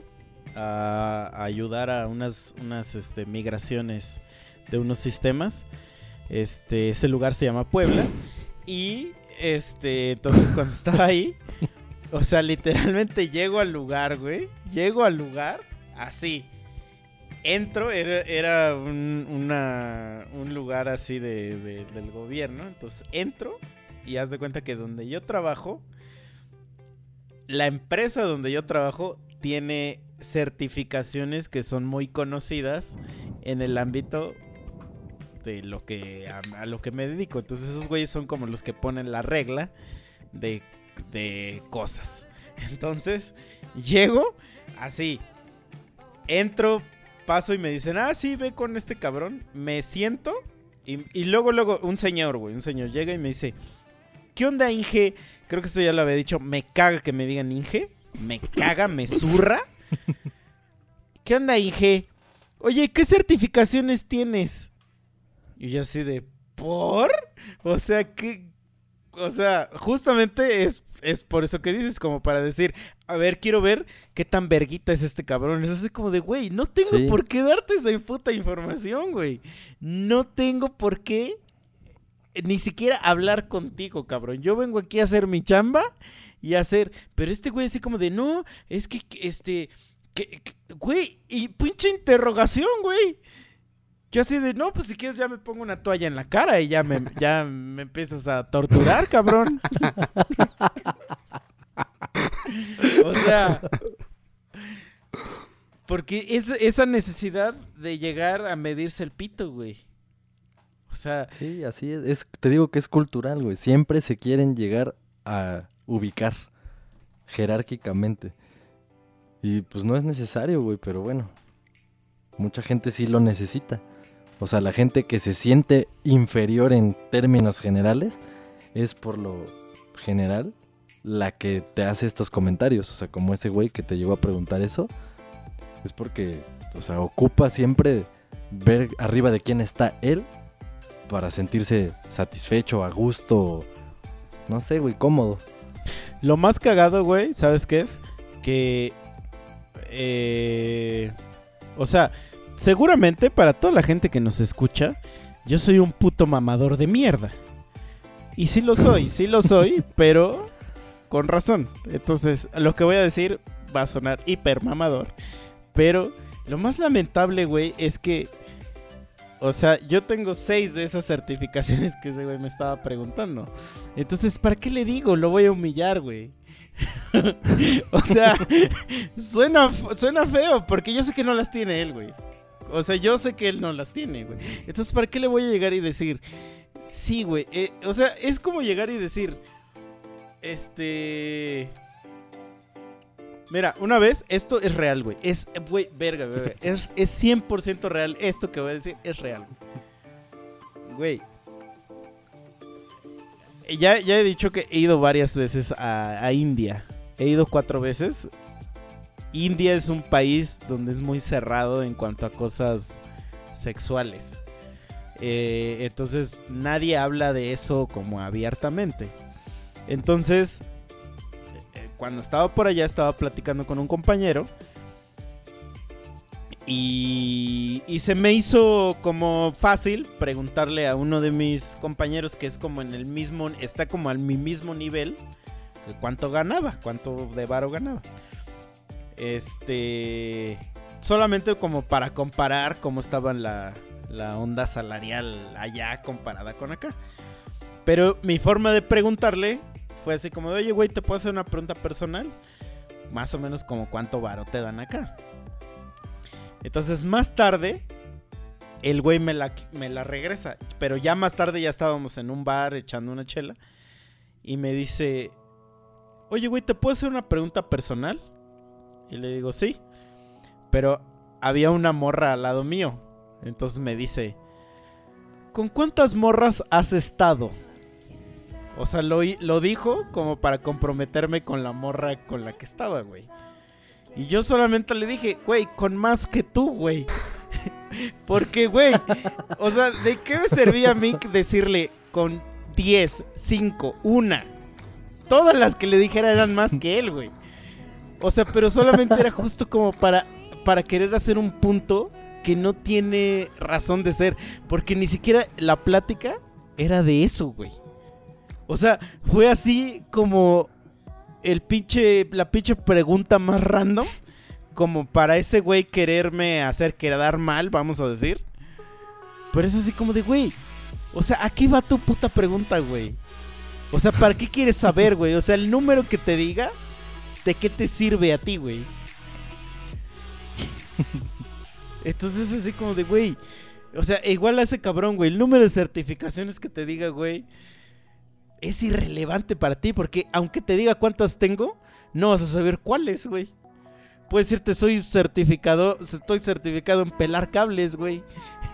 a, a ayudar a unas, unas este, migraciones de unos sistemas. Este, ese lugar se llama Puebla. Y este, entonces cuando estaba ahí, o sea, literalmente llego al lugar, güey. Llego al lugar así. Entro, era, era un, una, un lugar así de, de, del gobierno. Entonces entro y haz de cuenta que donde yo trabajo, la empresa donde yo trabajo tiene certificaciones que son muy conocidas en el ámbito de lo que a, a lo que me dedico. Entonces esos güeyes son como los que ponen la regla de, de cosas. Entonces llego así, entro, paso y me dicen, ah, sí, ve con este cabrón. Me siento y, y luego, luego, un señor, güey, un señor llega y me dice, ¿qué onda, Inge? Creo que esto ya lo había dicho, me caga que me digan Inge. Me caga, me zurra. ¿Qué onda, Inge? Oye, ¿qué certificaciones tienes? Y yo así de, ¿por? O sea, ¿qué? O sea, justamente es, es por eso que dices, como para decir, a ver, quiero ver qué tan verguita es este cabrón. Es así como de, güey, no tengo sí. por qué darte esa puta información, güey. No tengo por qué ni siquiera hablar contigo, cabrón. Yo vengo aquí a hacer mi chamba y a hacer, pero este güey así como de, no, es que, este, que, que, güey, y pinche interrogación, güey. Yo así de, no, pues si quieres ya me pongo una toalla en la cara y ya me, ya me empiezas a torturar, cabrón. O sea, porque es esa necesidad de llegar a medirse el pito, güey. O sea... Sí, así es. es. Te digo que es cultural, güey. Siempre se quieren llegar a ubicar jerárquicamente. Y pues no es necesario, güey, pero bueno. Mucha gente sí lo necesita. O sea, la gente que se siente inferior en términos generales es por lo general la que te hace estos comentarios. O sea, como ese güey que te llegó a preguntar eso. Es porque, o sea, ocupa siempre ver arriba de quién está él para sentirse satisfecho, a gusto, no sé, güey, cómodo. Lo más cagado, güey, ¿sabes qué es? Que, eh, o sea... Seguramente para toda la gente que nos escucha, yo soy un puto mamador de mierda. Y sí lo soy, sí lo soy, pero con razón. Entonces, lo que voy a decir va a sonar hiper mamador. Pero lo más lamentable, güey, es que, o sea, yo tengo seis de esas certificaciones que ese güey me estaba preguntando. Entonces, ¿para qué le digo? Lo voy a humillar, güey. O sea, suena, suena feo, porque yo sé que no las tiene él, güey. O sea, yo sé que él no las tiene, güey. Entonces, ¿para qué le voy a llegar y decir? Sí, güey. Eh, o sea, es como llegar y decir, este... Mira, una vez, esto es real, güey. Es, güey, verga, verga. Es, es cien por ciento real. Esto que voy a decir es real, güey. Güey. Ya, ya he dicho que he ido varias veces a, a India. He ido cuatro veces. India es un país donde es muy cerrado en cuanto a cosas sexuales. Eh, entonces nadie habla de eso como abiertamente. Entonces, eh, cuando estaba por allá estaba platicando con un compañero. Y, y se me hizo como fácil preguntarle a uno de mis compañeros que es como en el mismo, está como al mi mismo nivel, cuánto ganaba, cuánto de varo ganaba. Este, solamente como para comparar cómo estaba la, la onda salarial allá comparada con acá. Pero mi forma de preguntarle fue así como de, oye, güey, ¿te puedo hacer una pregunta personal? Más o menos como cuánto varo te dan acá. Entonces más tarde el güey me la, me la regresa. Pero ya más tarde ya estábamos en un bar echando una chela. Y me dice, oye, güey, ¿te puedo hacer una pregunta personal? Y le digo, sí. Pero había una morra al lado mío. Entonces me dice, ¿con cuántas morras has estado? O sea, lo, lo dijo como para comprometerme con la morra con la que estaba, güey. Y yo solamente le dije, güey, con más que tú, güey. Porque, güey, o sea, ¿de qué me servía a mí decirle con diez, cinco, una? Todas las que le dijera eran más que él, güey. O sea, pero solamente era justo como para, para querer hacer un punto que no tiene razón de ser. Porque ni siquiera la plática era de eso, güey. O sea, fue así como el pinche, la pinche pregunta más random. Como para ese güey quererme hacer quedar mal, vamos a decir. Pero es así como de, güey, o sea, ¿a qué va tu puta pregunta, güey? O sea, ¿para qué quieres saber, güey? O sea, el número que te diga, ¿de qué te sirve a ti, güey? Entonces es así como de, güey, o sea, igual a ese cabrón, güey, el número de certificaciones que te diga, güey, es irrelevante para ti, porque aunque te diga cuántas tengo, no vas a saber cuáles, güey. Puedes decirte, soy certificado, estoy certificado en pelar cables, güey.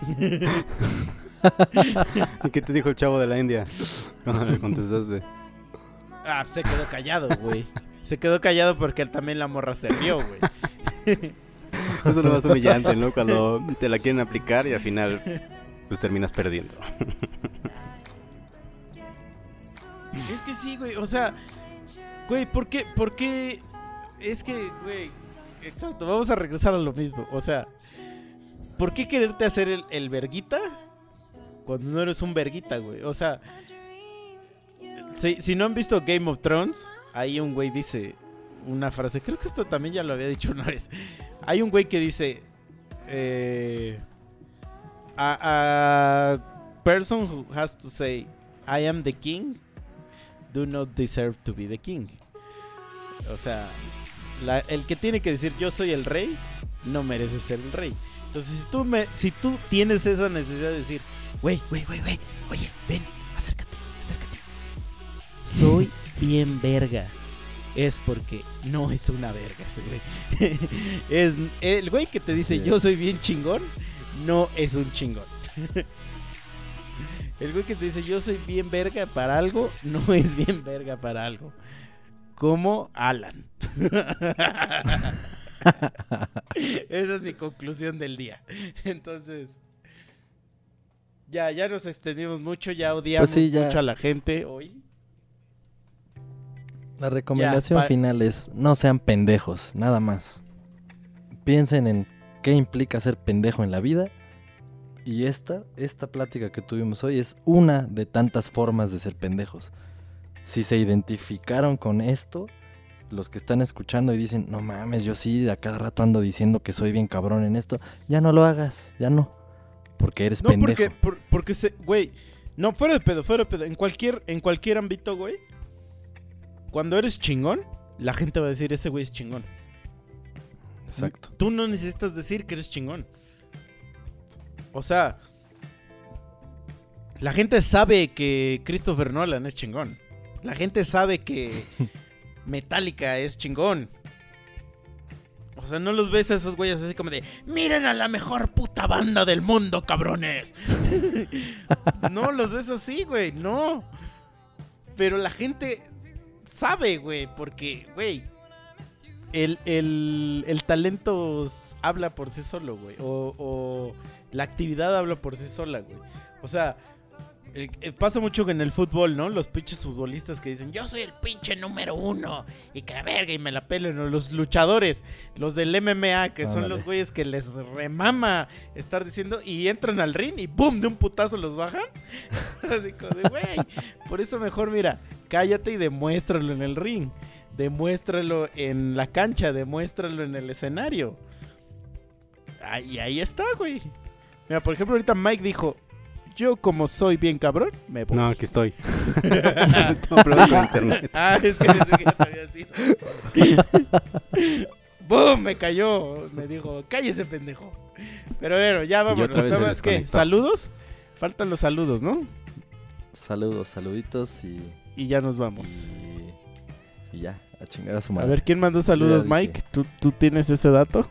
¿Y qué te dijo el chavo de la India cuando le contestaste? Ah, se quedó callado, güey. Se quedó callado porque él también la morra se rió, güey. Eso es lo más humillante, ¿no? Cuando te la quieren aplicar y al final pues terminas perdiendo. Es que sí, güey, o sea, güey, ¿por qué? ¿Por qué? Es que, güey, exacto, vamos a regresar a lo mismo. O sea, ¿por qué quererte hacer el, el verguita cuando no eres un verguita, güey? O sea, si, si no han visto Game of Thrones, ahí un güey dice una frase, creo que esto también ya lo había dicho una vez. Hay un güey que dice, eh, a, a person who has to say, I am the king, do not deserve to be the king. O sea, la, el que tiene que decir yo soy el rey, no merece ser el rey. Entonces, si tú, me, si tú tienes esa necesidad de decir, güey, güey, güey, güey, oye, ven, acércate, acércate, soy bien verga, es porque no es una verga ese güey. Es el güey que te dice sí. Yo soy bien chingón, no es un chingón. El güey que te dice yo soy bien verga para algo, no es bien verga para algo. Como Alan. Esa es mi conclusión del día. Entonces, ya, ya nos extendimos mucho, ya odiamos pues sí, ya. mucho a la gente hoy. La recomendación ya, final es no sean pendejos, nada más. Piensen en qué implica ser pendejo en la vida. Y esta, esta plática que tuvimos hoy es una de tantas formas de ser pendejos. Si se identificaron con esto, los que están escuchando y dicen, no mames, yo sí, a cada rato ando diciendo que soy bien cabrón en esto, ya no lo hagas, ya no, porque eres no, pendejo. Porque, por, porque se, güey, no, fuera de pedo, fuera de pedo, en cualquier, en cualquier ámbito, güey, cuando eres chingón, la gente va a decir, ese güey es chingón. Exacto. Tú no necesitas decir que eres chingón. O sea, la gente sabe que Christopher Nolan es chingón. La gente sabe que Metallica es chingón. O sea, no los ves a esos güeyes así como de miren a la mejor puta banda del mundo, cabrones. No los ves así, güey, no. Pero la gente sabe, güey, porque, güey, el, el, el talento habla por sí solo, güey. O, o la actividad habla por sí sola, güey. O sea, eh, eh, pasa mucho en el fútbol, ¿no? Los pinches futbolistas que dicen, yo soy el pinche número uno, y que la verga, y me la pelen. O los luchadores, los del M M A, que ah, son vale. los güeyes que les remama estar diciendo, y entran al ring, y ¡pum! De un putazo los bajan. Así como de, güey, por eso mejor, mira, cállate y demuéstralo en el ring. Demuéstralo en la cancha, demuéstralo en el escenario. Y ahí está, güey. Mira, por ejemplo, ahorita Mike dijo, yo como soy bien cabrón, me voy. No, aquí estoy. Tengo problemas con internet. Ah, es que pensé que ya te había sido. ¡Bum! Me cayó. Me dijo, cállese, pendejo. Pero bueno, ya vámonos. Nada más que, ¿saludos? Faltan los saludos, ¿no? Saludos, saluditos y... Y ya nos vamos. Y, y ya, a chingar a su madre. A ver, ¿quién mandó saludos, Mike? ¿Tú, ¿Tú tienes ese dato?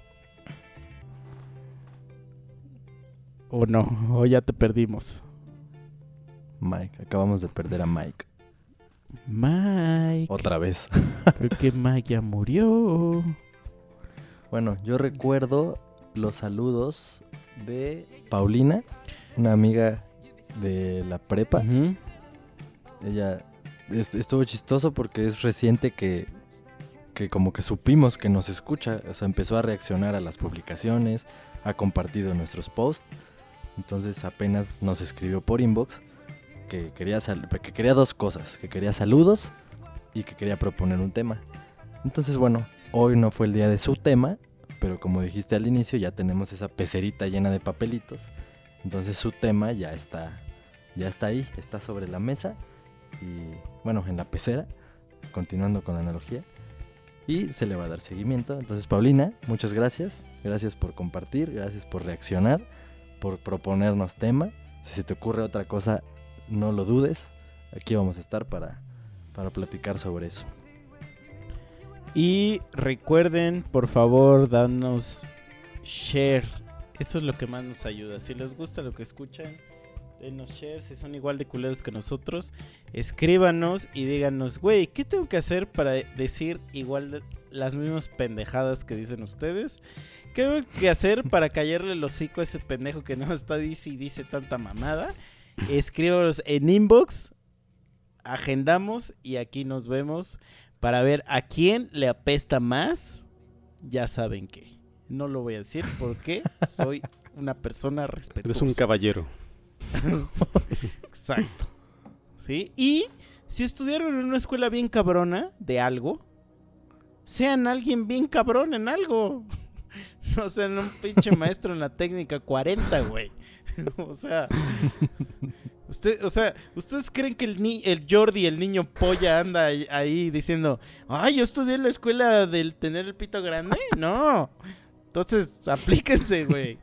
¿O no? ¿O ya te perdimos? Mike, acabamos de perder a Mike. Mike. Otra vez. Creo que Mike ya murió. Bueno, yo recuerdo los saludos de Paulina, una amiga de la prepa. Uh-huh. Ella est- estuvo chistoso porque es reciente que que como que supimos que nos escucha, o sea, empezó a reaccionar a las publicaciones, ha compartido nuestros posts, entonces apenas nos escribió por inbox que quería, sal- que quería dos cosas, que quería saludos y que quería proponer un tema. Entonces, bueno, hoy no fue el día de su tema, pero como dijiste al inicio, ya tenemos esa pecerita llena de papelitos, entonces su tema ya está, ya está ahí, está sobre la mesa y, bueno, en la pecera, continuando con la analogía. Y se le va a dar seguimiento. Entonces, Paulina, muchas gracias. Gracias por compartir, gracias por reaccionar, por proponernos tema. Si se te ocurre otra cosa, no lo dudes. Aquí vamos a estar para, para platicar sobre eso. Y recuerden, por favor, darnos share. Eso es lo que más nos ayuda. Si les gusta lo que escuchan, denos share. Si son igual de culeros que nosotros, escríbanos y díganos, güey, ¿qué tengo que hacer para decir igual de las mismas pendejadas que dicen ustedes? ¿Qué tengo que hacer para callarle el hocico a ese pendejo que no está dice y dice tanta mamada? Escríbanos en inbox, agendamos y aquí nos vemos para ver a quién le apesta más. Ya saben qué. No lo voy a decir porque soy una persona respetuosa. Eres un caballero. Exacto. ¿Sí? Y si estudiaron en una escuela bien cabrona de algo, sean alguien bien cabrón en algo. No sean un pinche maestro en la técnica cuarenta, güey. O sea, usted, o sea, ¿ustedes creen que el, ni- el Jordi, el niño polla, anda ahí, ahí diciendo, ay, yo estudié en la escuela del tener el pito grande? No. Entonces, aplíquense, güey.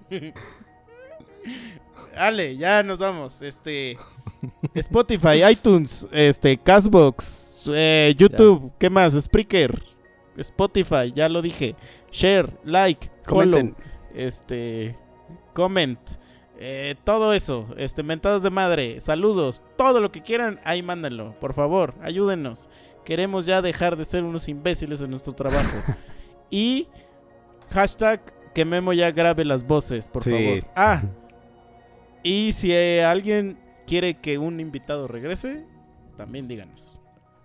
Dale, ya nos vamos. Este, Spotify, iTunes, este, Castbox, eh, YouTube, ¿qué más? Spreaker, Spotify, ya lo dije. Share, like, Comenten. follow, este, comment, eh, todo eso, este, mentadas de madre, saludos, todo lo que quieran, ahí mándenlo, por favor, ayúdenos. Queremos ya dejar de ser unos imbéciles en nuestro trabajo. Y hashtag que Memo ya grabe las voces, por Sí. favor. Ah, y si eh, alguien quiere que un invitado regrese, también díganos.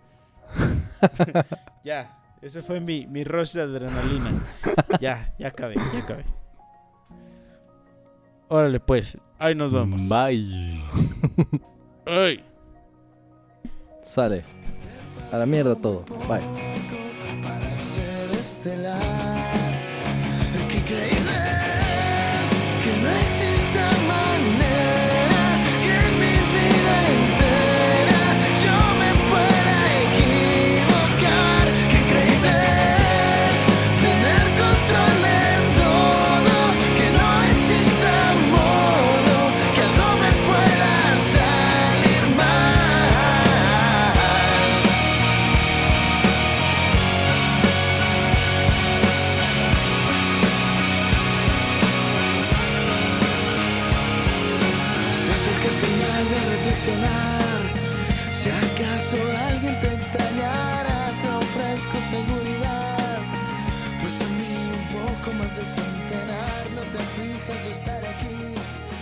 Ya, ese fue mi, mi rush de adrenalina. Ya, ya acabé, ya acabé. Órale pues, ahí nos vamos. Bye. Ay. Sale. A la mierda todo. Bye. Para ser estelar. ¿Qué crees? Que no exista manera que en mi vida entera yo me pueda equivocar. ¿Qué crees? Tener control de todo. Que no exista modo que algo me pueda salir mal. Se acerca el final de reflexionar. Si acaso alguien te extrañara, te ofrezco seguridad. Pues a mí un poco más del centenar. No te aflijas, yo estaré aquí.